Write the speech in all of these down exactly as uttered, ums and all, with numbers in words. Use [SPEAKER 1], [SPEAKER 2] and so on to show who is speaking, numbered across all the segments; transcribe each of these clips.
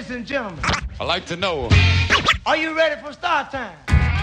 [SPEAKER 1] Ladies and gentlemen,
[SPEAKER 2] I like to know.
[SPEAKER 1] Are you ready for start time?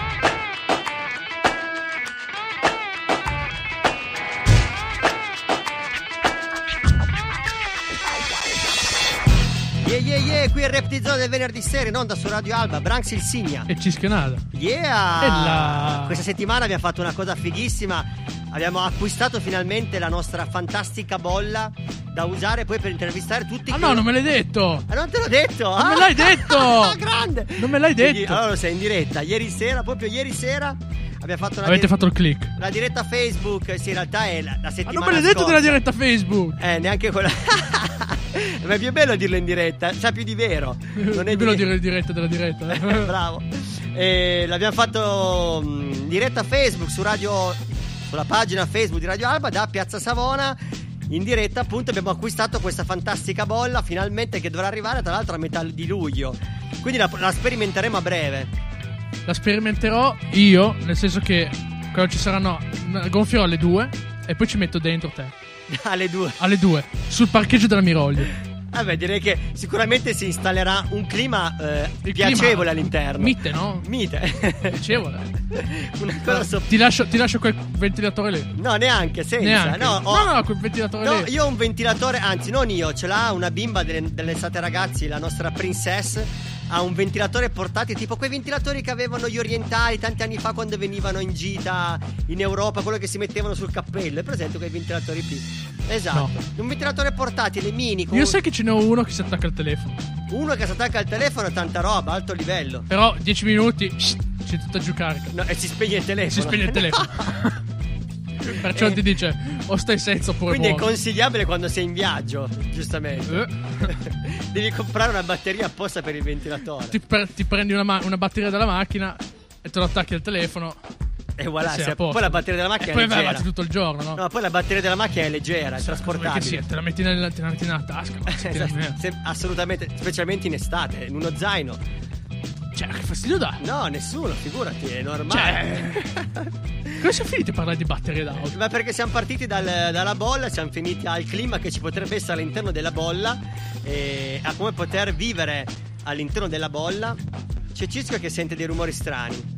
[SPEAKER 3] Yeah, yeah, yeah, qui è il Rap di Zona del venerdì sera in onda su Radio Alba, Branks il Signa.
[SPEAKER 4] E Cischionada.
[SPEAKER 3] Yeah!
[SPEAKER 4] E la...
[SPEAKER 3] Questa settimana abbiamo fatto una cosa fighissima. Abbiamo acquistato finalmente la nostra fantastica bolla da usare poi per intervistare tutti.
[SPEAKER 4] Ah
[SPEAKER 3] che...
[SPEAKER 4] no, non me l'hai detto!
[SPEAKER 3] Ah, non te l'ho detto!
[SPEAKER 4] Non
[SPEAKER 3] ah!
[SPEAKER 4] me l'hai detto!
[SPEAKER 3] Grande!
[SPEAKER 4] Non me l'hai detto!
[SPEAKER 3] Allora sei in diretta, ieri sera, proprio ieri sera abbiamo fatto una
[SPEAKER 4] Avete
[SPEAKER 3] dire...
[SPEAKER 4] fatto il click.
[SPEAKER 3] La diretta Facebook, sì, in realtà è la, la settimana
[SPEAKER 4] Ma non me l'hai detto
[SPEAKER 3] scorsa.
[SPEAKER 4] della diretta Facebook!
[SPEAKER 3] Eh, neanche quella. Ma è più bello dirlo in diretta, sa più di vero. Non è
[SPEAKER 4] è bello
[SPEAKER 3] di...
[SPEAKER 4] dire in diretta della diretta. Eh?
[SPEAKER 3] Bravo. E l'abbiamo fatto in diretta Facebook su Radio, sulla pagina Facebook di Radio Alba da Piazza Savona. In diretta appunto abbiamo acquistato questa fantastica bolla finalmente, che dovrà arrivare tra l'altro a metà di luglio. Quindi la, la sperimenteremo a breve.
[SPEAKER 4] La sperimenterò io, nel senso che quando ci saranno, gonfierò alle due e poi ci metto dentro te.
[SPEAKER 3] Alle due.
[SPEAKER 4] Alle due, sul parcheggio della Mirogli.
[SPEAKER 3] Vabbè, direi che sicuramente si installerà un clima eh,
[SPEAKER 4] Il
[SPEAKER 3] piacevole
[SPEAKER 4] clima
[SPEAKER 3] all'interno.
[SPEAKER 4] Mite, no?
[SPEAKER 3] Mite.
[SPEAKER 4] Piacevole.
[SPEAKER 3] Una cosa so-
[SPEAKER 4] Ti lascio, ti lascio quel ventilatore lì.
[SPEAKER 3] No, neanche, senza.
[SPEAKER 4] Neanche.
[SPEAKER 3] No, ho-
[SPEAKER 4] no, no, quel ventilatore
[SPEAKER 3] No,
[SPEAKER 4] lì.
[SPEAKER 3] io ho un ventilatore, anzi non io, ce l'ha una bimba delle, dell'estate ragazzi, la nostra princess. Ha un ventilatore portatile, tipo quei ventilatori che avevano gli orientali tanti anni fa quando venivano in gita in Europa, quello che si mettevano sul cappello. È presente quei ventilatori qui? Esatto.
[SPEAKER 4] No.
[SPEAKER 3] Un ventilatore portatile mini con
[SPEAKER 4] Io sai che ce n'ho uno che si attacca al telefono.
[SPEAKER 3] uno che si attacca al telefono e tanta roba, alto livello.
[SPEAKER 4] Però dieci minuti shh, c'è tutta giù carica.
[SPEAKER 3] No, e si spegne il telefono.
[SPEAKER 4] Si spegne il telefono. Perciò
[SPEAKER 3] Eh.
[SPEAKER 4] ti dice o stai senza oppure
[SPEAKER 3] Quindi è
[SPEAKER 4] muori.
[SPEAKER 3] consigliabile quando sei in viaggio, giustamente.
[SPEAKER 4] Eh.
[SPEAKER 3] Devi comprare una batteria apposta per il ventilatore.
[SPEAKER 4] ti, pre- ti prendi una, ma- una batteria dalla macchina e te lo attacchi al telefono.
[SPEAKER 3] E voilà,
[SPEAKER 4] sei
[SPEAKER 3] se-
[SPEAKER 4] a posto.
[SPEAKER 3] poi la batteria della macchina
[SPEAKER 4] E poi
[SPEAKER 3] è
[SPEAKER 4] vai
[SPEAKER 3] leggera.
[SPEAKER 4] avanti tutto il giorno, no?
[SPEAKER 3] No, poi la batteria della macchina è leggera, è
[SPEAKER 4] Perché
[SPEAKER 3] trasportabile.
[SPEAKER 4] sì, te la metti nella, te la metti nella tasca. ma si tira
[SPEAKER 3] Esatto,
[SPEAKER 4] via.
[SPEAKER 3] se- assolutamente, specialmente in estate, in uno zaino.
[SPEAKER 4] Cioè, che fastidio dà?
[SPEAKER 3] No, nessuno, figurati, è normale.
[SPEAKER 4] Cioè, come siamo finiti a parlare di batterie d'auto?
[SPEAKER 3] Ma perché siamo partiti dal- dalla bolla, siamo finiti al clima che ci potrebbe essere all'interno della bolla e a come poter vivere all'interno della bolla. C'è Cisco che sente dei rumori strani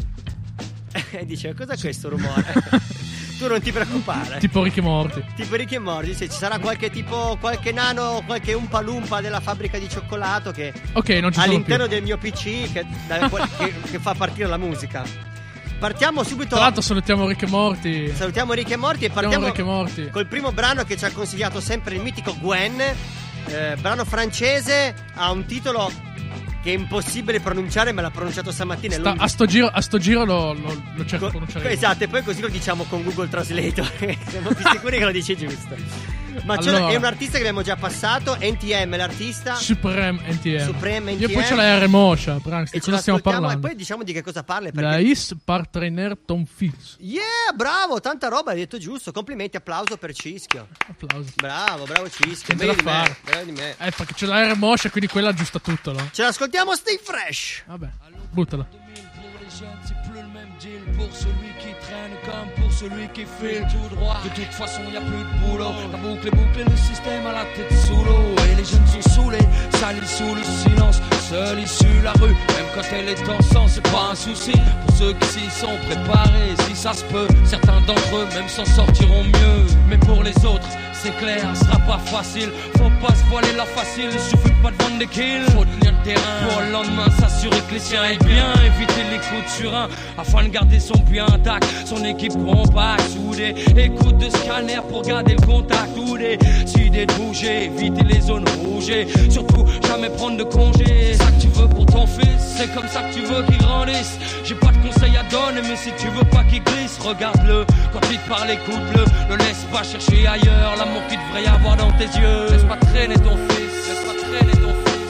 [SPEAKER 3] e dice: cos'è questo rumore? Tu non ti preoccupare.
[SPEAKER 4] Tipo Ricchi Morti.
[SPEAKER 3] Tipo Ricchi e Morty, se ci sarà qualche tipo, qualche nano, qualche umpa lumpa della fabbrica di cioccolato che
[SPEAKER 4] Ok, non ci sono
[SPEAKER 3] all'interno
[SPEAKER 4] più.
[SPEAKER 3] del mio P C che, da- che, che fa partire la musica. Partiamo subito.
[SPEAKER 4] Tra l'altro salutiamo Ricchi e Morti.
[SPEAKER 3] Salutiamo Ricchi e Morty e
[SPEAKER 4] Salutiamo
[SPEAKER 3] partiamo
[SPEAKER 4] Ricchi e Morti.
[SPEAKER 3] col primo brano che ci ha consigliato sempre il mitico Gwen. Eh, brano francese, ha un titolo che è impossibile pronunciare, me l'ha pronunciato stamattina. è
[SPEAKER 4] Sta-
[SPEAKER 3] lungo.
[SPEAKER 4] a sto giro, a sto giro lo, lo, lo cerco
[SPEAKER 3] Co-
[SPEAKER 4] di pronunciare. io.
[SPEAKER 3] Esatto, e poi così lo diciamo con Google Translator. Siamo più sicuri che lo dici giusto. Ma c'è-
[SPEAKER 4] Allora.
[SPEAKER 3] è un artista che abbiamo già passato. N T M è l'artista.
[SPEAKER 4] Supreme N T M.
[SPEAKER 3] Supreme N T M.
[SPEAKER 4] Io poi c'è la R Moscia, Branks, di
[SPEAKER 3] E ce
[SPEAKER 4] cosa stiamo
[SPEAKER 3] l'ascoltiamo
[SPEAKER 4] parlando?
[SPEAKER 3] e poi diciamo di che cosa parla.
[SPEAKER 4] La
[SPEAKER 3] Perché...
[SPEAKER 4] Is Partrainer Tom Fils.
[SPEAKER 3] Yeah, bravo, tanta roba, hai detto giusto. Complimenti, applauso per Cischio.
[SPEAKER 4] Applauso.
[SPEAKER 3] Bravo, bravo Cischio.
[SPEAKER 4] Niente
[SPEAKER 3] Meglio
[SPEAKER 4] da
[SPEAKER 3] di me,
[SPEAKER 4] fare.
[SPEAKER 3] meglio di me.
[SPEAKER 4] Eh, perché c'è la R Moscia, quindi quella aggiusta tutto, no?
[SPEAKER 3] Ce l'ascoltiamo, Stay Fresh.
[SPEAKER 4] Vabbè, buttala.
[SPEAKER 5] Pour les jeunes, c'est plus le même deal. Pour celui qui traîne comme pour celui qui file tout droit. De toute façon, y a plus de boulot. La boucle est bouclée, le système à la tête sous l'eau. Et les jeunes sont saoulés, salis sous le silence. Seule issue la rue, même quand elle est en sang, c'est pas un souci. Pour ceux qui s'y sont préparés, si ça se peut, certains d'entre eux même s'en sortiront mieux. Mais pour les autres, c'est clair, ce sera pas facile. Faut pas se voiler la facile, il suffit pas de vendre des kills. Faut tenir le terrain pour le lendemain s'assurer que les siens aillent bien. Éviter les coups de surin afin de garder son pied intact. Son équipe compacte, soudée. Écoute de scanner pour garder le contact. Ou des idées de bouger, éviter les zones rouges. Et surtout, jamais prendre de congé. C'est ça que tu veux pour ton fils, c'est comme ça que tu veux qu'il grandisse. J'ai pas de conseils à donner, mais si tu veux pas qu'il glisse, regarde-le. Quand il te parle, écoute-le. Le laisse pas chercher ailleurs l'amour qu'il devrait y avoir dans tes yeux. Laisse pas traîner ton fils, laisse pas traîner ton fils.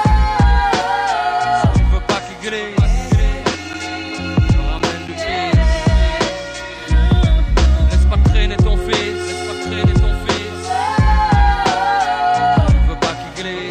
[SPEAKER 5] Si tu veux pas qu'il glisse, ramène du fils. Laisse pas traîner ton fils, laisse pas traîner ton fils. Si tu veux pas qu'il glisse.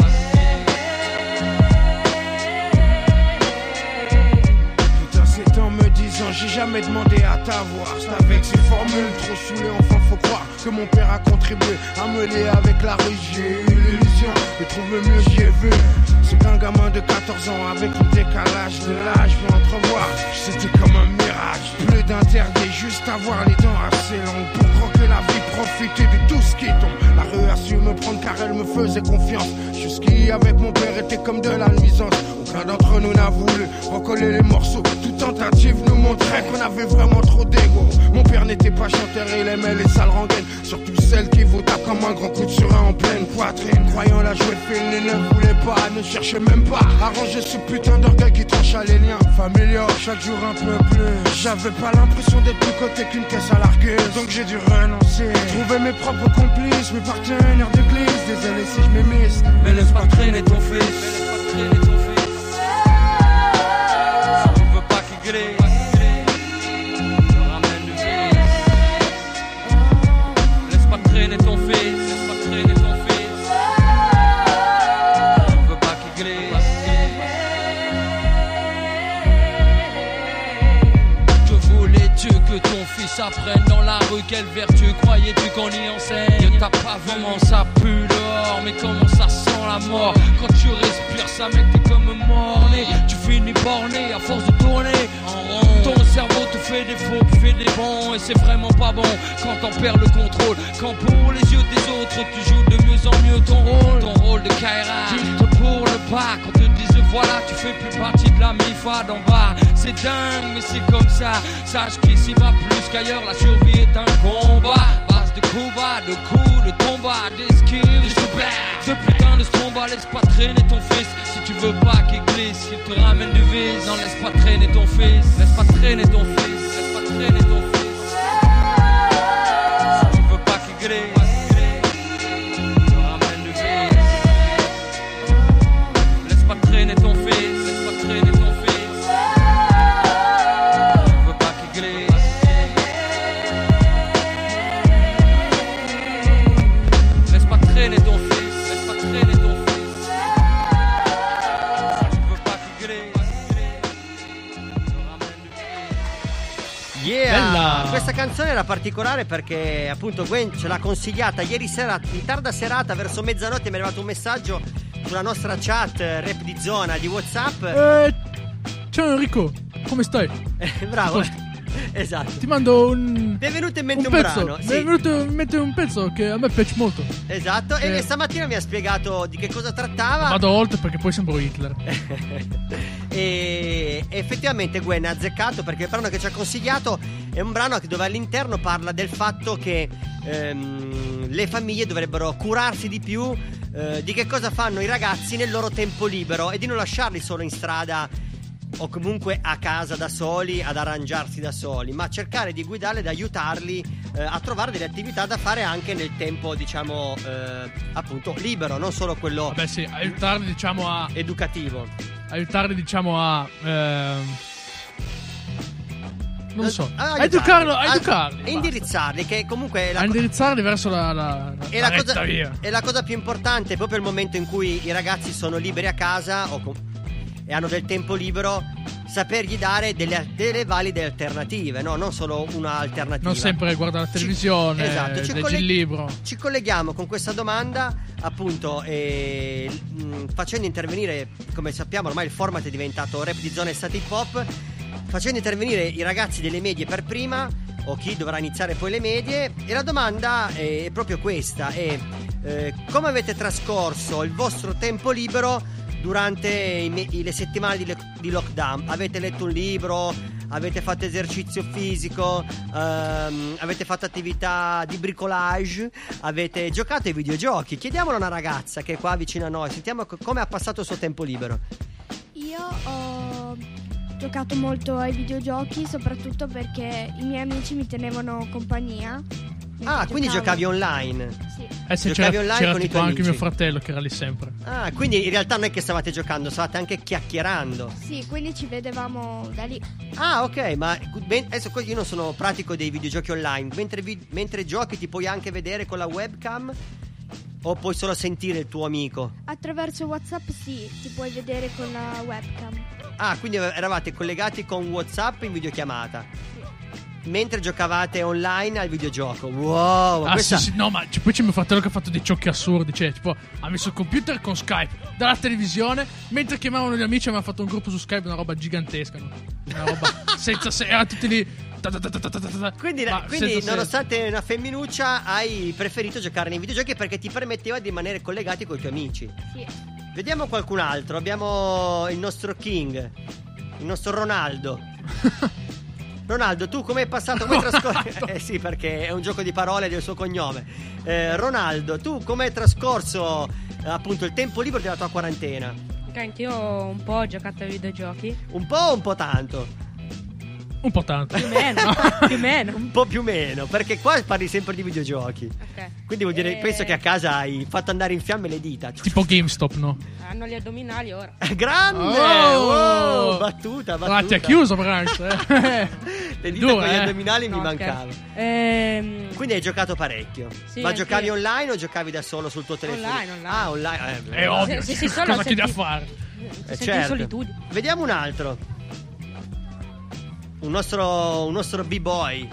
[SPEAKER 5] Tout en ces temps me disant j'ai jamais
[SPEAKER 2] jamais demandé à t'avoir. C'est avec ces formules trop saoulées, enfin faut croire que mon père a contribué à me lier avec la rue. J'ai eu l'illusion de trouver mieux, j'y ai vu. C'est qu'un gamin de quatorze ans avec le décalage de l'âge peut entrevoir. C'était comme un mirage, plus d'interdit, juste avoir les dents assez longues pour croquer la vie, profiter de tout ce qui tombe. La rue a su me prendre car elle me faisait confiance. Jusqu'ici avec mon père était comme de la nuisance. Aucun d'entre nous n'a voulu recoller les morceaux. Toute tentative nous montrait qu'on avait vraiment trop d'ego. Mon père n'était pas chanteur, il aimait les sales rengaines, surtout celles qui vous tapent comme un grand coup de surin en pleine poitrine. Croyant la jouer fine, il ne voulait pas, ne cherchait même pas à ranger ce putain d'orgueil qui tranche à les liens familiaux. Chaque jour un peu plus, j'avais pas l'impression d'être plus côté qu'une caisse à larguer. Donc j'ai dû renoncer, trouver mes propres complices, mes partenaires d'église. Désolé si je m'émisse,
[SPEAKER 5] mais laisse pas traîner ton fils. Mais laisse pas traîner ton fils. Si tu veux pas qu'il glisse, ramène le fils. Laisse pas traîner ton fils. Laisse pas traîner ton fils. Si tu veux pas qu'il glisse. Que voulais-tu que ton fils apprenne dans la rue? Quelle vertu croyais-tu qu'on y enseigne? T'as pas vraiment, ça pue dehors, mais comment ça sent la mort? Quand tu respires ça mec t'es comme mort-né. Tu finis borné à force de tourner en rond. Ton cerveau te fait des faux, puis fait des bons. Et c'est vraiment pas bon quand t'en perds le contrôle. Quand pour les yeux des autres tu joues de mieux en mieux ton rôle. Ton rôle de Kaira qui te pour le pas. Quand te disent voilà tu fais plus partie de la mifa d'en bas. C'est dingue mais c'est comme ça. Sache qu'ici va plus qu'ailleurs, la survie est un combat. Base de coups bas, de coups, de combat, d'esquive, de super. Ce putain de stromba, laisse pas traîner ton fils. Si tu veux pas qu'il glisse, qu'il te ramène du vice. Non, laisse pas traîner ton fils. Laisse pas traîner ton fils. Laisse pas traîner ton fils. Si tu veux pas qu'il glisse, te ramène du vice. Laisse pas traîner ton fils. Laisse pas traîner ton fils. Si tu veux pas qu'il glisse. Laisse pas traîner ton fils. Laisse pas traîner ton fils.
[SPEAKER 3] Yeah!
[SPEAKER 4] Bella!
[SPEAKER 3] Questa canzone era particolare perché appunto Gwen ce l'ha consigliata ieri sera in tarda serata, verso mezzanotte mi è arrivato un messaggio sulla nostra chat Rap di Zona di WhatsApp.
[SPEAKER 4] Eh, ciao Enrico, come stai?
[SPEAKER 3] Eh, bravo. Esatto.
[SPEAKER 4] Ti mando un.
[SPEAKER 3] Mi è venuto in mente
[SPEAKER 4] un
[SPEAKER 3] un,
[SPEAKER 4] pezzo.
[SPEAKER 3] brano.
[SPEAKER 4] Mi
[SPEAKER 3] Sì.
[SPEAKER 4] è venuto in mente un pezzo che a me piace molto.
[SPEAKER 3] Esatto.
[SPEAKER 4] Eh.
[SPEAKER 3] E stamattina mi ha spiegato di che cosa trattava.
[SPEAKER 4] Vado oltre perché poi sembro Hitler.
[SPEAKER 3] E effettivamente Gwen ha azzeccato perché il brano che ci ha consigliato è un brano dove all'interno parla del fatto che ehm, le famiglie dovrebbero curarsi di più eh, di che cosa fanno i ragazzi nel loro tempo libero e di non lasciarli solo in strada o comunque a casa da soli ad arrangiarsi da soli, ma cercare di guidarli, di aiutarli eh, a trovare delle attività da fare anche nel tempo, diciamo, eh, appunto libero, non solo quello
[SPEAKER 4] Vabbè sì, aiutarli diciamo a.
[SPEAKER 3] educativo.
[SPEAKER 4] Aiutarli diciamo a. ehm, Non so.
[SPEAKER 3] A
[SPEAKER 4] A educarlo, a
[SPEAKER 3] a-
[SPEAKER 4] educarli.
[SPEAKER 3] e
[SPEAKER 4] basta.
[SPEAKER 3] indirizzarli, che comunque è la
[SPEAKER 4] A
[SPEAKER 3] co-
[SPEAKER 4] indirizzarli verso la, la, la,
[SPEAKER 3] è
[SPEAKER 4] la
[SPEAKER 3] la,
[SPEAKER 4] retta
[SPEAKER 3] cosa,
[SPEAKER 4] via.
[SPEAKER 3] è la cosa più importante proprio il momento in cui i ragazzi sono liberi a casa o com- e hanno del tempo libero, sapergli dare delle, delle valide alternative, no? Non solo una alternativa.
[SPEAKER 4] Non sempre guardare la
[SPEAKER 3] Ci-
[SPEAKER 4] televisione,
[SPEAKER 3] esatto, ci
[SPEAKER 4] leggi
[SPEAKER 3] colle-
[SPEAKER 4] il libro.
[SPEAKER 3] Ci colleghiamo con questa domanda, appunto, e, mh, facendo intervenire, come sappiamo ormai il format è diventato Rap di Zona e Stati Pop, facendo intervenire i ragazzi delle medie per prima o chi dovrà iniziare poi le medie, e la domanda è proprio questa, è eh, come avete trascorso il vostro tempo libero durante i me- le settimane di, le- di lockdown? Avete letto un libro? Avete fatto esercizio fisico? Ehm, avete fatto attività di bricolage? Avete giocato ai videogiochi? Chiediamolo a una ragazza che è qua vicino a noi. Sentiamo co- come ha passato il suo tempo libero.
[SPEAKER 6] Io ho giocato molto ai videogiochi, soprattutto perché i miei amici mi tenevano compagnia.
[SPEAKER 3] Ah, quindi
[SPEAKER 6] Giocavo.
[SPEAKER 3] giocavi online?
[SPEAKER 6] Sì.
[SPEAKER 4] Eh sì,
[SPEAKER 3] Giocavi
[SPEAKER 4] c'era,
[SPEAKER 3] online
[SPEAKER 4] c'era
[SPEAKER 3] con i
[SPEAKER 4] tipo
[SPEAKER 3] tuoi
[SPEAKER 4] anche
[SPEAKER 3] amici.
[SPEAKER 4] mio fratello che era lì sempre.
[SPEAKER 3] Ah, quindi in realtà non è che stavate giocando, stavate anche chiacchierando.
[SPEAKER 6] Sì, quindi ci vedevamo da lì.
[SPEAKER 3] Ah, ok, ma ben- adesso qua- io non sono pratico dei videogiochi online. Mentre, vi- mentre giochi ti puoi anche vedere con la webcam? O puoi solo sentire il tuo amico?
[SPEAKER 6] Attraverso WhatsApp sì, ti puoi vedere con la webcam.
[SPEAKER 3] Ah, quindi eravate collegati con WhatsApp in videochiamata.
[SPEAKER 6] Sì.
[SPEAKER 3] mentre giocavate online al videogioco. Wow, ma
[SPEAKER 4] Ah,
[SPEAKER 3] questa...
[SPEAKER 4] sì, sì, no, ma c- poi c'è mio fratello che ha fatto dei giochi assurdi. Cioè, tipo, ha messo il computer con Skype dalla televisione, mentre chiamavano gli amici, aveva fatto un gruppo su Skype, una roba gigantesca. No? Una roba senza se. Era tutti lì. ta ta ta ta ta ta ta.
[SPEAKER 3] Quindi,
[SPEAKER 4] Ma
[SPEAKER 3] quindi
[SPEAKER 4] senza
[SPEAKER 3] nonostante una femminuccia, hai preferito giocare nei videogiochi perché ti permetteva di rimanere collegati con i tuoi amici.
[SPEAKER 6] Sì.
[SPEAKER 3] Vediamo qualcun altro. Abbiamo il nostro King, il nostro Ronaldo. Ronaldo, tu come hai passato? Come hai trascorso? Eh sì, perché è un gioco di parole del suo cognome. Eh, Ronaldo, tu come hai trascorso eh, appunto il tempo libero della tua quarantena?
[SPEAKER 7] Ok, anch'io un po' ho giocato ai videogiochi.
[SPEAKER 3] Un po' o un po' tanto?
[SPEAKER 4] Un po' tanto.
[SPEAKER 7] Più o meno, più o meno.
[SPEAKER 3] Un po' più meno, perché qua parli sempre di videogiochi.
[SPEAKER 7] Ok.
[SPEAKER 3] Quindi vuol dire,
[SPEAKER 7] Eh,
[SPEAKER 3] penso che a casa hai fatto andare in fiamme le dita.
[SPEAKER 4] Tipo GameStop, no?
[SPEAKER 7] Hanno gli addominali ora.
[SPEAKER 3] Grande!
[SPEAKER 4] Oh!
[SPEAKER 3] Wow, battuta, battuta.
[SPEAKER 4] Ah, ti ha chiuso, Branks. Eh.
[SPEAKER 3] Le dita
[SPEAKER 4] Due,
[SPEAKER 3] con gli
[SPEAKER 4] eh.
[SPEAKER 3] addominali
[SPEAKER 7] No,
[SPEAKER 3] mi
[SPEAKER 7] scherzo.
[SPEAKER 3] mancava.
[SPEAKER 7] Ehm,
[SPEAKER 3] Quindi hai giocato parecchio.
[SPEAKER 7] Sì,
[SPEAKER 3] Ma
[SPEAKER 7] anche
[SPEAKER 3] giocavi
[SPEAKER 7] io.
[SPEAKER 3] online o giocavi da solo sul tuo telefono?
[SPEAKER 7] Online, online.
[SPEAKER 3] Ah, online. Eh,
[SPEAKER 4] È ovvio.
[SPEAKER 7] Sì, sì, solo
[SPEAKER 4] Cosa chiedi a
[SPEAKER 7] senti-
[SPEAKER 4] fare?
[SPEAKER 3] Eh,
[SPEAKER 7] ti senti
[SPEAKER 3] certo.
[SPEAKER 7] in solitudine.
[SPEAKER 3] Vediamo un altro. Un nostro, un nostro b-boy.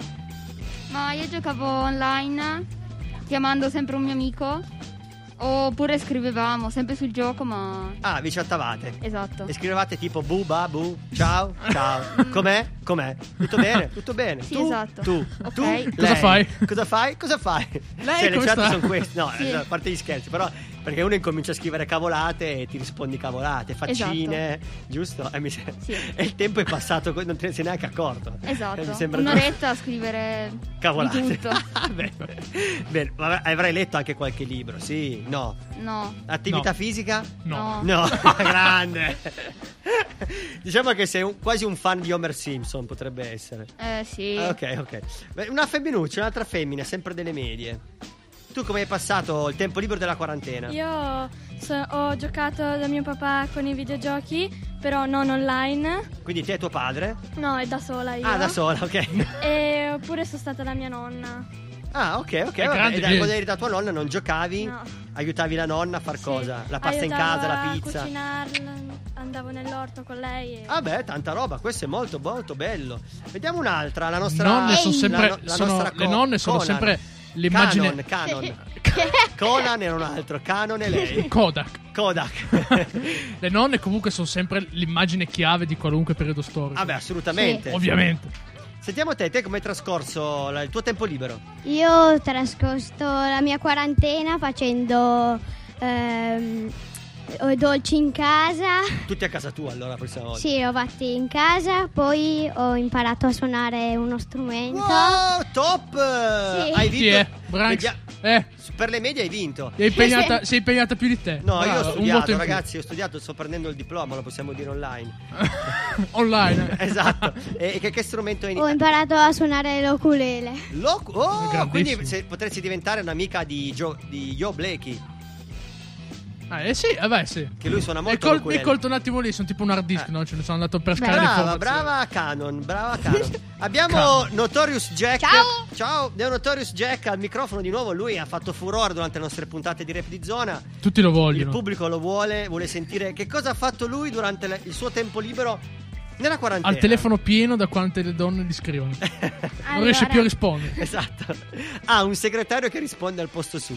[SPEAKER 8] Ma io giocavo online chiamando sempre un mio amico, oppure scrivevamo sempre sul gioco, ma
[SPEAKER 3] Ah, vi chattavate.
[SPEAKER 8] esatto.
[SPEAKER 3] E scrivevate tipo bu ba bu. Ciao, ciao. Com'è? Com'è? Tutto bene? Tutto bene.
[SPEAKER 8] Sì,
[SPEAKER 3] tu?
[SPEAKER 8] esatto.
[SPEAKER 3] Tu?
[SPEAKER 8] Ok.
[SPEAKER 3] Tu?
[SPEAKER 4] Cosa
[SPEAKER 3] Lei?
[SPEAKER 4] fai?
[SPEAKER 3] Cosa fai? Cosa fai?
[SPEAKER 4] Lei
[SPEAKER 3] Cioè, le
[SPEAKER 4] come
[SPEAKER 3] chat
[SPEAKER 4] sta?
[SPEAKER 3] sono queste. No,
[SPEAKER 8] Sì.
[SPEAKER 3] a parte gli scherzi, però perché uno incomincia a scrivere cavolate e ti rispondi cavolate, faccine, giusto? E, mi se-
[SPEAKER 8] Sì.
[SPEAKER 3] e il tempo è passato, non te ne sei neanche accorto.
[SPEAKER 8] Esatto.
[SPEAKER 3] Eh, mi sembra
[SPEAKER 8] Un'oretta a scrivere
[SPEAKER 3] cavolate.
[SPEAKER 8] di tutto.
[SPEAKER 3] Bene. Bene, vabbè, avrai letto anche qualche libro, sì? No.
[SPEAKER 8] No.
[SPEAKER 3] Attività
[SPEAKER 4] No.
[SPEAKER 3] fisica?
[SPEAKER 4] No.
[SPEAKER 8] No.
[SPEAKER 3] No, grande. Diciamo che sei un- quasi un fan di Homer Simpson, potrebbe essere.
[SPEAKER 8] Eh sì.
[SPEAKER 3] Ah, ok, ok. Beh, una femminuccia, un'altra femmina, sempre delle medie. Tu come hai passato il tempo libero della quarantena?
[SPEAKER 6] Io so- ho giocato da mio papà con i videogiochi, però non online.
[SPEAKER 3] Quindi te e tuo padre?
[SPEAKER 6] No, è da sola io.
[SPEAKER 3] Ah, da sola, ok.
[SPEAKER 6] E oppure sono stata da mia nonna.
[SPEAKER 3] Ah, ok, ok.
[SPEAKER 4] È
[SPEAKER 3] Vabbè.
[SPEAKER 4] grande
[SPEAKER 3] E da-
[SPEAKER 4] che-
[SPEAKER 3] quando eri da tua nonna non giocavi?
[SPEAKER 6] No.
[SPEAKER 3] Aiutavi la nonna a far
[SPEAKER 6] Sì.
[SPEAKER 3] cosa? La pasta in
[SPEAKER 6] Aiutavo
[SPEAKER 3] casa, la
[SPEAKER 6] a
[SPEAKER 3] pizza?
[SPEAKER 6] cucinarla, andavo nell'orto con lei. E...
[SPEAKER 3] Ah beh, tanta roba, questo è molto molto bello. Vediamo un'altra, la nostra
[SPEAKER 4] Nonne sono
[SPEAKER 3] la
[SPEAKER 4] sempre.
[SPEAKER 3] no- la
[SPEAKER 4] sono-
[SPEAKER 3] nostra
[SPEAKER 4] le
[SPEAKER 3] Co-
[SPEAKER 4] nonne sono
[SPEAKER 3] Conan.
[SPEAKER 4] sempre l'immagine.
[SPEAKER 3] Canon, Canon. Conan era un altro, Canon e lei.
[SPEAKER 4] Kodak.
[SPEAKER 3] Kodak.
[SPEAKER 4] Le nonne comunque sono sempre l'immagine chiave di qualunque periodo storico.
[SPEAKER 3] Vabbè, assolutamente.
[SPEAKER 4] Ovviamente.
[SPEAKER 3] Sentiamo te, te come hai trascorso la- il tuo tempo libero?
[SPEAKER 9] Io ho trascorso la mia quarantena facendo ehm, ho dolci in casa.
[SPEAKER 3] Tutti a casa tua allora la prossima volta.
[SPEAKER 9] Sì, ho fatti in casa, poi ho imparato a suonare uno strumento.
[SPEAKER 3] Wow, top!
[SPEAKER 9] Sì.
[SPEAKER 3] Hai
[SPEAKER 4] Chi
[SPEAKER 3] vinto?
[SPEAKER 4] è? Branks?
[SPEAKER 3] Media-
[SPEAKER 4] Eh,
[SPEAKER 3] Per le medie hai vinto.
[SPEAKER 4] sei impegnata, sei impegnata più di te.
[SPEAKER 3] No, io
[SPEAKER 4] Brava,
[SPEAKER 3] ho
[SPEAKER 4] un
[SPEAKER 3] studiato,
[SPEAKER 4] voto in più.
[SPEAKER 3] ragazzi, ho studiato, sto prendendo il diploma, lo possiamo dire online.
[SPEAKER 4] Online. eh.
[SPEAKER 3] Esatto. E che, che strumento hai
[SPEAKER 9] Ho
[SPEAKER 3] iniziato?
[SPEAKER 9] imparato a suonare l'ukulele.
[SPEAKER 3] Lo- oh,
[SPEAKER 4] Grandissimo.
[SPEAKER 3] quindi se- potresti diventare un'amica di, Joe, di Yo Blakey,
[SPEAKER 4] Ah, eh sì, eh beh, sì.
[SPEAKER 3] che lui suona
[SPEAKER 4] Mi
[SPEAKER 3] molto
[SPEAKER 4] col- mi
[SPEAKER 3] l'ukulele.
[SPEAKER 4] hai colto un attimo lì, sono tipo un hard disk,
[SPEAKER 3] Eh.
[SPEAKER 4] no? Ce ne sono andato per scalare
[SPEAKER 3] Brava,
[SPEAKER 4] informazioni.
[SPEAKER 3] brava Canon, brava Canon. Abbiamo
[SPEAKER 4] Canon.
[SPEAKER 3] Notorious Jack.
[SPEAKER 9] Ciao.
[SPEAKER 3] Ciao, abbiamo Notorious Jack al microfono di nuovo. Lui ha fatto furore durante le nostre puntate di Rap di Zona.
[SPEAKER 4] Tutti lo
[SPEAKER 3] Il
[SPEAKER 4] vogliono.
[SPEAKER 3] pubblico lo vuole, vuole sentire che cosa ha fatto lui durante le- il suo tempo libero nella quarantena.
[SPEAKER 4] Al telefono pieno da quante le donne gli scrivono. Non
[SPEAKER 9] Allora,
[SPEAKER 4] riesce più a rispondere.
[SPEAKER 3] Esatto. Ha un segretario che risponde al posto suo.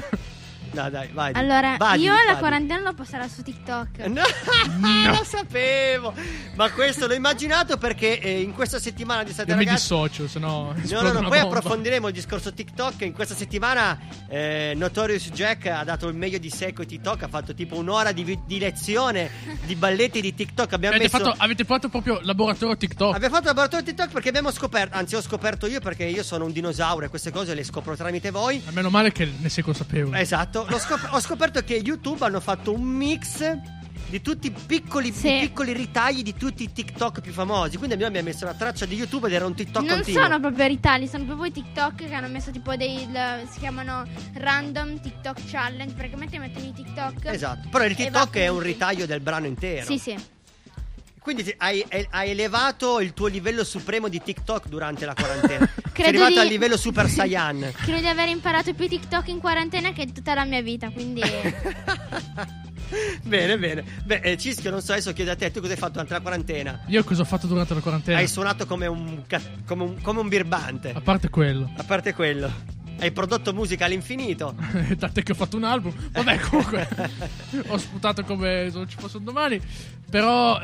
[SPEAKER 3] No, dai, vai.
[SPEAKER 6] Allora,
[SPEAKER 3] Vadi,
[SPEAKER 6] io la
[SPEAKER 3] vadi.
[SPEAKER 6] quarantena l'ho passata su TikTok.
[SPEAKER 3] No, lo sapevo. Ma questo l'ho immaginato perché eh, in questa settimana di state
[SPEAKER 4] Io mi
[SPEAKER 3] ragazzi.
[SPEAKER 4] dissocio, sennò
[SPEAKER 3] No, no,
[SPEAKER 4] esplode
[SPEAKER 3] no,
[SPEAKER 4] una
[SPEAKER 3] poi
[SPEAKER 4] bomba.
[SPEAKER 3] approfondiremo il discorso TikTok. In questa settimana eh, Notorious Jack ha dato il meglio di sé con TikTok. Ha fatto tipo un'ora di, vi- di lezione di balletti di TikTok. Abbiamo
[SPEAKER 4] Avete,
[SPEAKER 3] messo
[SPEAKER 4] fatto, avete fatto proprio laboratorio TikTok.
[SPEAKER 3] Abbiamo fatto il laboratorio TikTok perché abbiamo scoperto. Anzi, ho scoperto io perché io sono un dinosauro e queste cose le scopro tramite voi.
[SPEAKER 4] A meno male che ne sei consapevole.
[SPEAKER 3] Esatto, l'ho scop- ho scoperto che YouTube hanno fatto un mix di tutti i piccoli,
[SPEAKER 6] Sì.
[SPEAKER 3] i piccoli ritagli di tutti i TikTok più famosi. Quindi abbiamo messo la traccia di YouTube ed era un TikTok
[SPEAKER 6] Non
[SPEAKER 3] continuo.
[SPEAKER 6] sono proprio ritagli, sono proprio i TikTok che hanno messo tipo dei. l- si chiamano random TikTok challenge. Praticamente mettono i TikTok.
[SPEAKER 3] Esatto, però il
[SPEAKER 6] e
[SPEAKER 3] TikTok
[SPEAKER 6] va
[SPEAKER 3] è un
[SPEAKER 6] avanti.
[SPEAKER 3] ritaglio del brano intero.
[SPEAKER 6] Sì, sì.
[SPEAKER 3] Quindi ti- hai, hai elevato il tuo livello supremo di TikTok durante la quarantena. Sei
[SPEAKER 6] Credo
[SPEAKER 3] arrivato
[SPEAKER 6] di-
[SPEAKER 3] al livello Super Saiyan.
[SPEAKER 6] Credo di aver imparato più TikTok in quarantena che in tutta la mia vita, quindi.
[SPEAKER 3] Bene, bene. Beh, eh, Cischio, non so, adesso chiedo a te, tu cosa hai fatto durante la quarantena?
[SPEAKER 4] Io cosa ho fatto durante la quarantena?
[SPEAKER 3] Hai suonato come un, ca- come un, come un birbante.
[SPEAKER 4] A parte quello.
[SPEAKER 3] A parte quello. Hai prodotto musica all'infinito.
[SPEAKER 4] Tant'è che ho fatto un album. Vabbè, comunque ho sputato come se non ci fosse un domani. Però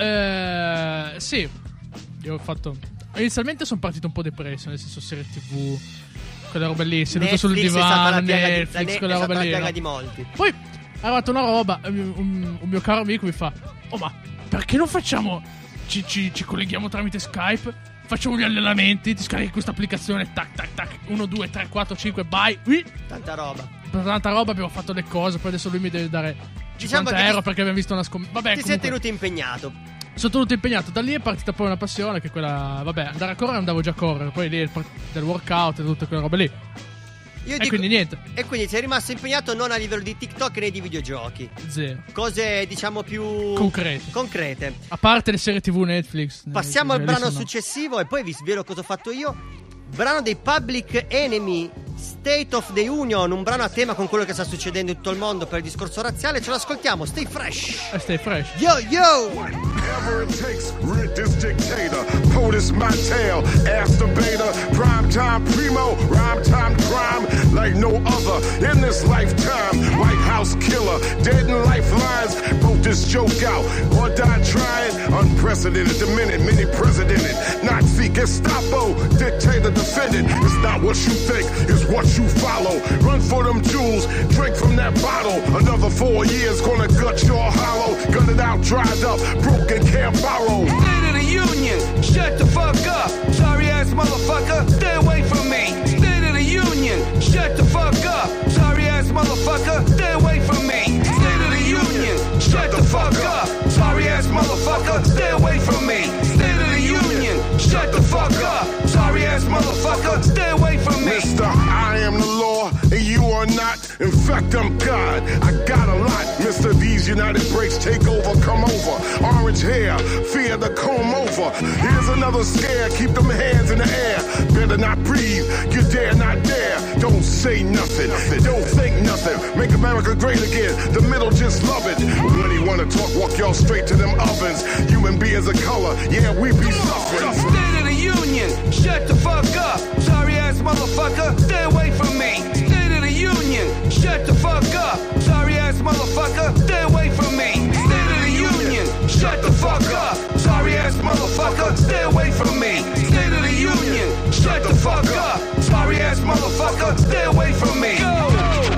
[SPEAKER 4] eh, sì, io ho fatto. Inizialmente sono partito un po' depresso, nel senso serie tv, quelle robe lì, seduto sul
[SPEAKER 3] Netflix è stata
[SPEAKER 4] divano,
[SPEAKER 3] la piaga di-
[SPEAKER 4] Netflix,
[SPEAKER 3] la ne-
[SPEAKER 4] quelle
[SPEAKER 3] è
[SPEAKER 4] robe
[SPEAKER 3] stata la
[SPEAKER 4] lì.
[SPEAKER 3] piaga
[SPEAKER 4] no?
[SPEAKER 3] di molti.
[SPEAKER 4] Poi è arrivata una roba, un, un- un mio caro amico mi fa: oh, ma perché non facciamo? Ci, ci- ci colleghiamo tramite Skype, facciamo gli allenamenti, ti scarichi questa applicazione, tac tac tac, uno, due, tre, quattro, cinque, vai, ui.
[SPEAKER 3] Tanta roba.
[SPEAKER 4] Per tanta roba abbiamo fatto le cose, poi adesso lui mi deve dare
[SPEAKER 3] Diciamo
[SPEAKER 4] cinquanta
[SPEAKER 3] che
[SPEAKER 4] euro
[SPEAKER 3] ti-
[SPEAKER 4] perché abbiamo visto una scommessa. Vabbè,
[SPEAKER 3] Ti sei
[SPEAKER 4] comunque,
[SPEAKER 3] tenuto impegnato.
[SPEAKER 4] sono tenuto impegnato. Da lì è partita poi una passione, che è quella, vabbè, andare a correre andavo già a correre, poi lì è il part- del workout e tutte quelle robe lì.
[SPEAKER 3] Io
[SPEAKER 4] E
[SPEAKER 3] dico-
[SPEAKER 4] quindi niente,
[SPEAKER 3] E quindi sei rimasto impegnato non a livello di TikTok né di videogiochi.
[SPEAKER 4] zero.
[SPEAKER 3] Cose, diciamo, più
[SPEAKER 4] Concrete.
[SPEAKER 3] concrete.
[SPEAKER 4] A parte le serie tv Netflix.
[SPEAKER 3] Passiamo
[SPEAKER 4] eh,
[SPEAKER 3] al
[SPEAKER 4] lì
[SPEAKER 3] brano
[SPEAKER 4] sono-
[SPEAKER 3] successivo e poi vi svelo cosa ho fatto io. Brano dei Public Enemy, State of the Union, un brano a tema con quello che sta succedendo in tutto il mondo per il discorso razziale. Ce lo ascoltiamo, stay fresh.
[SPEAKER 4] E stay fresh.
[SPEAKER 3] Yo yo!
[SPEAKER 10] Whatever it takes, rid this dictator. POTUS my tail, ask the beta. Prime time primo, rhyme time crime like no other in this lifetime. White House killer, dead in lifelines. Broke this joke out or die trying. Unprecedented, the minute, many presidented. Nazi Gestapo, dictator defended. It's not what you think, it's what you follow. Run for them jewels, drink from that bottle. Another four years gonna gut your hollow. Gun it out, dried up, broken, can't borrow.
[SPEAKER 5] State of the Union, shut the fuck up. Sorry ass motherfucker, stay away from me. State of the Union, shut the fuck up. Sorry ass motherfucker, stay away from me. State of the Union, shut the fuck up. Sorry ass motherfucker, stay away from me. State of the Union, shut the fuck up. Sorry ass motherfucker, stay away from me.
[SPEAKER 10] Mister, I am the law, and you are not. In fact, I'm God. I got a lot. Mister, these United breaks take over, come over. Orange hair, fear the comb over. Here's another scare, keep them hands in the air. Better not breathe, you dare not dare. Don't say nothing, don't think nothing. Make America great again, the middle just love it. When he wanna talk, walk y'all straight to them ovens. Human beings of color, yeah, we be suffering.
[SPEAKER 5] State of the Union, shut the fuck up. Sorry ass motherfucker, stay away from me. State of the Union, shut the fuck up. Sorry ass motherfucker, stay away from me. State of the Union, shut the fuck up. Sorry ass motherfucker, stay away from me. State of the Union, shut the fuck up. Sorry ass motherfucker, stay away from me. Go,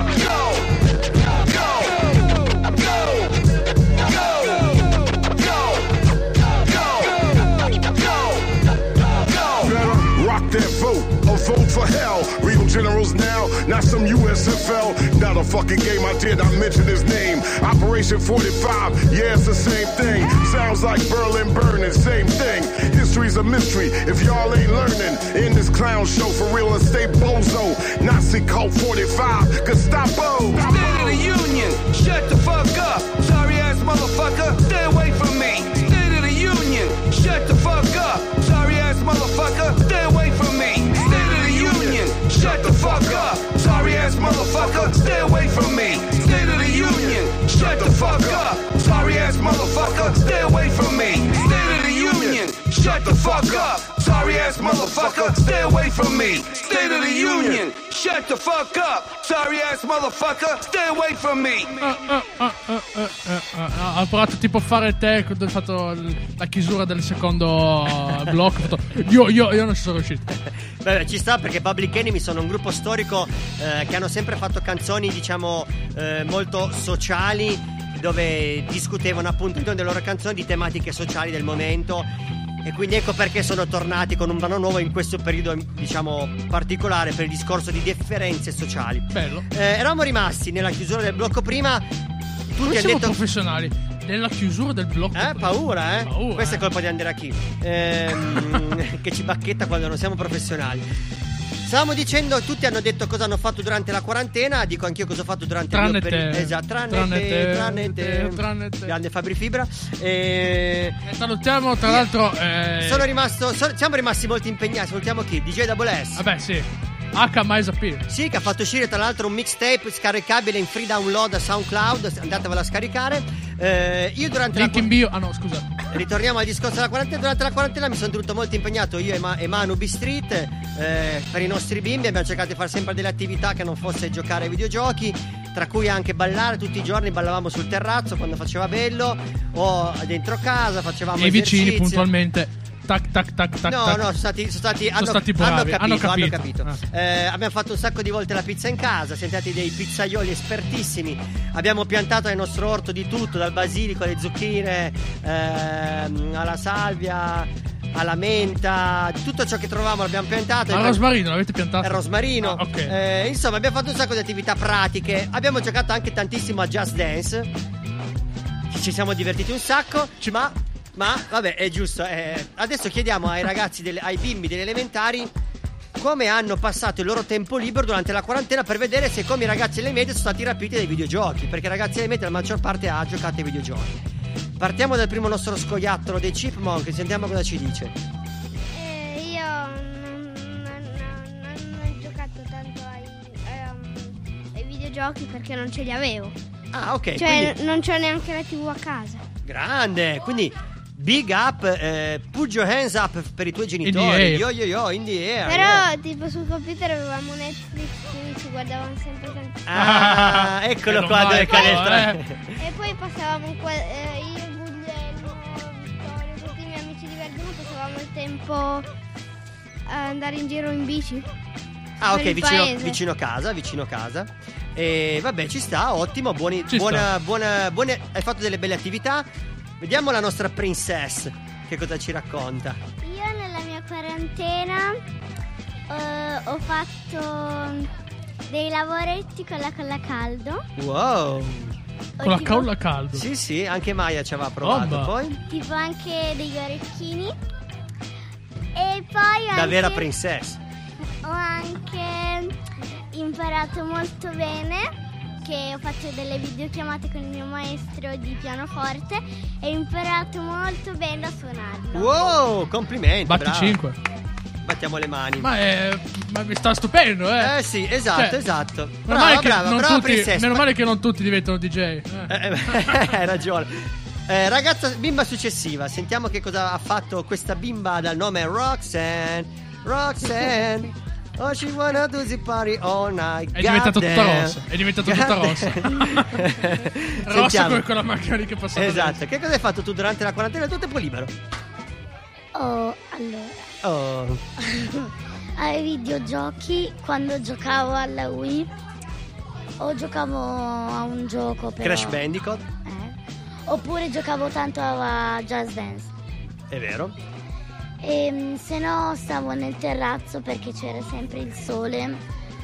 [SPEAKER 5] go, go, go,
[SPEAKER 10] Rock that vote, a vote for hell. Real generals now, not some U S F L. Not a fucking game, I did not mention his name. Operation forty-five, yeah, it's the same thing. Sounds like Berlin burning, same thing. History's a mystery if y'all ain't learning. In this clown show for real estate bozo. Nazi cult forty-five, Gestapo.
[SPEAKER 5] State of the Union, shut the fuck up. Sorry ass motherfucker, stay away from me. State of the Union, shut the fuck up. Sorry ass motherfucker, stay away from me. State of the Union, shut the fuck up. Sorry ass motherfucker, stay away from me. State of the Union, shut the fuck up. Sorry ass motherfucker, stay away from me. State of the Union, shut the fuck up. Sorry ass motherfucker, stay away from me. State of the Union, shut the fuck up. Sorry ass motherfucker, stay away from me.
[SPEAKER 4] Ah, ah, ah, ah, ah, ah. Ha provato tipo a fare te quando hai fatto l- la chiusura del secondo blocco. Ha fatto, Io, io, io non ci sono riuscito.
[SPEAKER 3] Beh, ci sta perché Public Enemy sono un gruppo storico eh, che hanno sempre fatto canzoni, diciamo, eh, molto sociali, dove discutevano appunto all'interno delle loro canzoni di tematiche sociali del momento. E quindi ecco perché sono tornati con un brano nuovo in questo periodo, diciamo, particolare per il discorso di differenze sociali.
[SPEAKER 4] Bello.
[SPEAKER 3] Eh, eravamo rimasti nella chiusura del blocco prima. Tutti
[SPEAKER 4] Come
[SPEAKER 3] hanno
[SPEAKER 4] siamo
[SPEAKER 3] detto.
[SPEAKER 4] professionali nella chiusura del blocco.
[SPEAKER 3] Eh, paura, eh?
[SPEAKER 4] Paura,
[SPEAKER 3] Questa
[SPEAKER 4] eh.
[SPEAKER 3] è colpa di Andrea Chi, ehm, che ci bacchetta quando non siamo professionali. Stavamo dicendo, tutti hanno detto cosa hanno fatto durante la quarantena. Dico anch'io cosa ho fatto durante
[SPEAKER 4] Tranne
[SPEAKER 3] il mio periodo.
[SPEAKER 4] te.
[SPEAKER 3] Esatto, tranne,
[SPEAKER 4] Tranne
[SPEAKER 3] te,
[SPEAKER 4] te,
[SPEAKER 3] tranne te,
[SPEAKER 4] tranne te.
[SPEAKER 3] grande Fabri Fibra. E...
[SPEAKER 4] E salutiamo tra
[SPEAKER 3] Io-
[SPEAKER 4] l'altro. Eh...
[SPEAKER 3] Sono rimasto. so- siamo rimasti molto impegnati. Salutiamo chi? D J Double S.
[SPEAKER 4] Vabbè, sì. H. Mais Appeal.
[SPEAKER 3] Sì, che ha fatto uscire tra l'altro un mixtape scaricabile in free download da SoundCloud, andatevela a scaricare. Eh, io durante
[SPEAKER 4] Link
[SPEAKER 3] la
[SPEAKER 4] in bio. Ah no, scusa.
[SPEAKER 3] Ritorniamo al discorso della quarantena. Durante la quarantena mi sono tenuto molto impegnato io e, Ma- e Manu B-Street eh, per i nostri bimbi. Abbiamo cercato di fare sempre delle attività che non fosse giocare ai videogiochi, tra cui anche ballare. Tutti i giorni ballavamo sul terrazzo quando faceva bello, o dentro casa facevamo
[SPEAKER 4] E i vicini
[SPEAKER 3] esercizio.
[SPEAKER 4] puntualmente. Tac tac tac tac.
[SPEAKER 3] No,
[SPEAKER 4] tac.
[SPEAKER 3] no, sono stati, sono stati,
[SPEAKER 4] Sono
[SPEAKER 3] hanno,
[SPEAKER 4] stati bravi,
[SPEAKER 3] hanno capito,
[SPEAKER 4] hanno
[SPEAKER 3] hanno
[SPEAKER 4] capito.
[SPEAKER 3] capito. Eh, abbiamo fatto un sacco di volte la pizza in casa, siamo stati dei pizzaioli espertissimi. Abbiamo piantato nel nostro orto di tutto, dal basilico alle zucchine, ehm, alla salvia, alla menta, tutto ciò che trovavamo l'abbiamo piantato.
[SPEAKER 4] Ma il rosmarino l'avete piantato?
[SPEAKER 3] Il rosmarino.
[SPEAKER 4] Ah, ok.
[SPEAKER 3] Eh, insomma, abbiamo fatto un sacco di attività pratiche. Abbiamo giocato anche tantissimo a Just Dance. Ci siamo divertiti un sacco, ma Ma vabbè, è giusto. Eh, adesso chiediamo ai ragazzi, delle, ai bimbi delle elementari, come hanno passato il loro tempo libero durante la quarantena, per vedere se, come i ragazzi delle medie, sono stati rapiti dai videogiochi. Perché i ragazzi delle medie la maggior parte ha giocato ai videogiochi. Partiamo dal primo nostro scoiattolo dei Chipmunk, sentiamo cosa ci dice.
[SPEAKER 6] Eh, io non, non- non- non ho giocato tanto ai, ehm, ai videogiochi perché non ce li avevo.
[SPEAKER 3] Ah, ok.
[SPEAKER 6] Cioè,
[SPEAKER 3] quindi,
[SPEAKER 6] non c'ho neanche la tivù a casa.
[SPEAKER 3] grande. Quindi big up, eh, put your hands up per i tuoi genitori.
[SPEAKER 4] air.
[SPEAKER 3] Yo yo yo, in the air.
[SPEAKER 6] Però,
[SPEAKER 3] yeah.
[SPEAKER 6] tipo, sul computer avevamo Netflix, quindi ci guardavamo sempre tanto.
[SPEAKER 3] Ah, eccolo
[SPEAKER 4] non
[SPEAKER 3] qua
[SPEAKER 4] vai,
[SPEAKER 3] dove cade il
[SPEAKER 4] però,
[SPEAKER 3] tra-
[SPEAKER 6] E poi passavamo qua, eh, io, Guglielmo, Vittorio, tutti i miei amici di Verduno, passavamo il tempo a andare in giro in bici.
[SPEAKER 3] Ah,
[SPEAKER 6] per
[SPEAKER 3] ok,
[SPEAKER 6] il
[SPEAKER 3] vicino,
[SPEAKER 6] paese.
[SPEAKER 3] vicino casa, vicino casa. E vabbè, ci sta, ottimo, buoni,
[SPEAKER 4] Ci
[SPEAKER 3] buona,
[SPEAKER 4] sta.
[SPEAKER 3] buona, buone, hai fatto delle belle attività. Vediamo la nostra princess, che cosa ci racconta.
[SPEAKER 6] Io nella mia quarantena eh, ho fatto dei lavoretti con la colla a caldo.
[SPEAKER 3] Wow.
[SPEAKER 6] Ho
[SPEAKER 4] Con la
[SPEAKER 6] tipo-
[SPEAKER 4] colla a caldo.
[SPEAKER 3] Sì, sì, anche Maya ci aveva provato.
[SPEAKER 4] Omba.
[SPEAKER 3] Poi,
[SPEAKER 6] Tipo anche degli orecchini. E poi ho
[SPEAKER 3] da vera
[SPEAKER 6] anche-
[SPEAKER 3] princess.
[SPEAKER 6] ho anche imparato molto bene, che ho fatto delle videochiamate con il mio maestro di pianoforte e ho imparato molto bene a suonarlo.
[SPEAKER 3] Wow, complimenti.
[SPEAKER 4] Batti
[SPEAKER 3] brava.
[SPEAKER 4] cinque.
[SPEAKER 3] Battiamo le mani.
[SPEAKER 4] Ma, è, ma mi sta stupendo, eh.
[SPEAKER 3] Eh sì, esatto,
[SPEAKER 4] Cioè,
[SPEAKER 3] esatto.
[SPEAKER 4] Meno
[SPEAKER 3] Brava,
[SPEAKER 4] male che
[SPEAKER 3] brava,
[SPEAKER 4] non
[SPEAKER 3] brava
[SPEAKER 4] tutti,
[SPEAKER 3] princess.
[SPEAKER 4] meno
[SPEAKER 3] Ma-
[SPEAKER 4] male che non tutti diventano D J. Eh.
[SPEAKER 3] Eh, eh, hai ragione. Eh, ragazza, bimba successiva, sentiamo che cosa ha fatto questa bimba dal nome Roxanne. Roxanne. Oh, she wanna do the party all night.
[SPEAKER 4] È diventata tutta
[SPEAKER 3] Goddamn.
[SPEAKER 4] rossa. È diventata tutta rossa. Rossa
[SPEAKER 3] Sentiamo.
[SPEAKER 4] come quella macchina lì che passava.
[SPEAKER 3] Esatto. Che cosa hai fatto tu durante la quarantena? Il tuo tempo libero.
[SPEAKER 11] Oh, allora,
[SPEAKER 3] Oh.
[SPEAKER 11] ai videogiochi quando giocavo alla Wii o giocavo a un gioco però,
[SPEAKER 3] Crash Bandicoot.
[SPEAKER 11] eh, oppure giocavo tanto a Just Dance.
[SPEAKER 3] È vero.
[SPEAKER 11] E se no stavo nel terrazzo perché c'era sempre il sole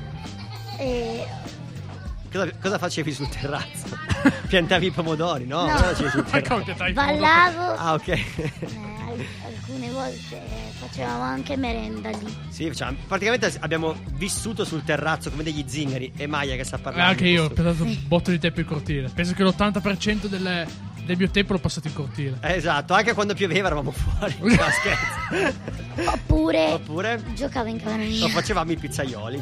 [SPEAKER 11] e
[SPEAKER 3] Cosa, cosa facevi sul terrazzo? Piantavi i pomodori, no?
[SPEAKER 11] No.
[SPEAKER 3] Cosa facevi sul
[SPEAKER 4] Ma
[SPEAKER 3] terrazzo?
[SPEAKER 4] come ti dai
[SPEAKER 11] ballavo.
[SPEAKER 3] Ah, ok.
[SPEAKER 11] Eh, al- alcune volte facevamo anche merenda lì.
[SPEAKER 3] Sì, facciamo- praticamente abbiamo vissuto sul terrazzo come degli zingari. E Maya che sta
[SPEAKER 4] Eh,
[SPEAKER 3] parlando.
[SPEAKER 4] anche io ho
[SPEAKER 3] Questo-
[SPEAKER 4] passato un botto di tempo in cortile. Penso che l'ottanta per cento delle, del mio tempo l'ho passato in cortile.
[SPEAKER 3] Eh, Esatto, anche quando pioveva eravamo fuori. No, scherzo.
[SPEAKER 11] Oppure
[SPEAKER 3] Oppure
[SPEAKER 11] giocavo in camera mia.
[SPEAKER 3] o facevamo i pizzaioli.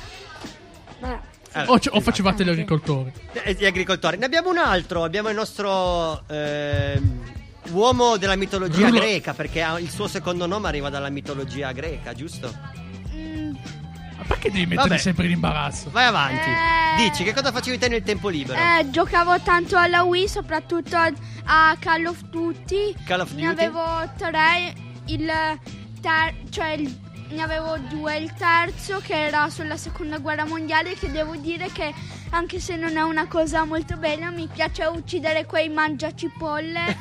[SPEAKER 11] Ma-
[SPEAKER 3] Eh,
[SPEAKER 4] O, c- o
[SPEAKER 3] esatto.
[SPEAKER 4] facevate gli agricoltori.
[SPEAKER 3] Eh, Gli agricoltori. Ne abbiamo un altro. Abbiamo il nostro ehm, uomo della mitologia
[SPEAKER 4] Rullo.
[SPEAKER 3] greca. Perché ha- il suo secondo nome arriva dalla mitologia greca, giusto?
[SPEAKER 6] Mm,
[SPEAKER 4] Ma perché devi metterli
[SPEAKER 3] Vabbè.
[SPEAKER 4] sempre in imbarazzo?
[SPEAKER 3] Vai avanti.
[SPEAKER 6] Eh.
[SPEAKER 3] Dici che cosa facevi te nel tempo libero?
[SPEAKER 6] eh, giocavo tanto alla Wii, soprattutto a, a Call of Duty.
[SPEAKER 3] Call of Duty?
[SPEAKER 6] Ne avevo tre, il ter- cioè il- ne avevo due, il terzo che era sulla seconda guerra mondiale, che devo dire che anche se non è una cosa molto bella mi piace uccidere quei mangiacipolle.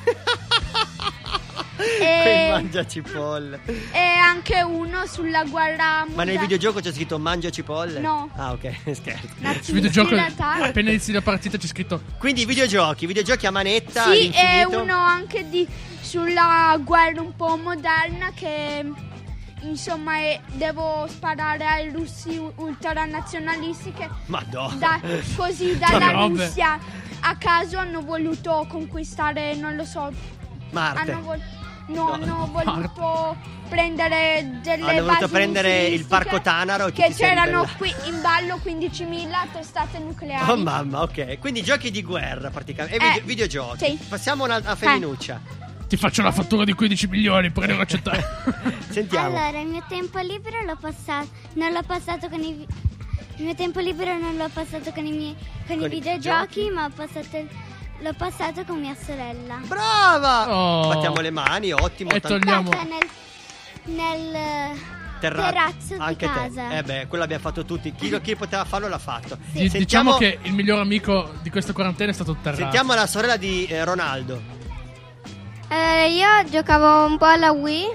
[SPEAKER 3] Quei
[SPEAKER 6] e,
[SPEAKER 3] mangia cipolle.
[SPEAKER 6] e anche uno sulla guerra mondiale.
[SPEAKER 3] Ma nel videogioco c'è scritto mangia cipolle?
[SPEAKER 6] No.
[SPEAKER 3] Ah, ok, scherzo.
[SPEAKER 6] Nazisti,
[SPEAKER 4] Sul videogioco,
[SPEAKER 6] in realtà.
[SPEAKER 4] appena inizi la partita c'è scritto
[SPEAKER 3] Quindi videogiochi, videogiochi a manetta
[SPEAKER 6] Sì, e
[SPEAKER 3] all'infinito.
[SPEAKER 6] uno anche di sulla guerra un po' moderna che insomma è- devo sparare ai russi u- ultranazionalisti che
[SPEAKER 3] Madonna.
[SPEAKER 6] da- così dalla
[SPEAKER 4] robe.
[SPEAKER 6] Russia a caso hanno voluto conquistare, non lo so,
[SPEAKER 3] Marte.
[SPEAKER 6] hanno vol- non
[SPEAKER 3] No.
[SPEAKER 6] ho voluto prendere delle
[SPEAKER 3] Hanno voluto
[SPEAKER 6] basi
[SPEAKER 3] prendere il
[SPEAKER 6] missilistiche
[SPEAKER 3] Parco Tanaro e chi
[SPEAKER 6] che
[SPEAKER 3] ti si è
[SPEAKER 6] c'erano
[SPEAKER 3] ribellato?
[SPEAKER 6] qui in ballo quindicimila testate nucleari.
[SPEAKER 3] Oh mamma, ok. Quindi giochi di guerra praticamente. E
[SPEAKER 6] Eh,
[SPEAKER 3] video- videogiochi.
[SPEAKER 6] sì.
[SPEAKER 3] Passiamo una- a femminuccia.
[SPEAKER 4] Ti faccio la fattura di quindici milioni, poi devo accettare.
[SPEAKER 3] Sentiamo.
[SPEAKER 9] Allora, il mio tempo libero l'ho passato, non l'ho passato con i vi- il mio tempo libero non l'ho passato con i miei con,
[SPEAKER 3] Con
[SPEAKER 9] i
[SPEAKER 3] i
[SPEAKER 9] videogiochi,
[SPEAKER 3] giochi?
[SPEAKER 9] ma ho passato l'ho passato con mia sorella.
[SPEAKER 3] Brava!
[SPEAKER 4] Oh.
[SPEAKER 3] Battiamo le mani, ottimo.
[SPEAKER 4] E
[SPEAKER 3] tanto-
[SPEAKER 4] togliamo.
[SPEAKER 9] Cioè, nel nel eh,
[SPEAKER 3] Terra-
[SPEAKER 9] terrazzo
[SPEAKER 3] anche
[SPEAKER 9] di
[SPEAKER 3] te.
[SPEAKER 9] casa.
[SPEAKER 3] Eh beh, quello abbiamo fatto tutti. Chi, chi poteva farlo l'ha fatto.
[SPEAKER 4] Di-
[SPEAKER 3] Sentiamo,
[SPEAKER 4] Diciamo che il miglior amico di questa quarantena è stato il terrazzo.
[SPEAKER 3] sentiamo la sorella di eh, Ronaldo.
[SPEAKER 12] Eh, io giocavo un po' alla Wii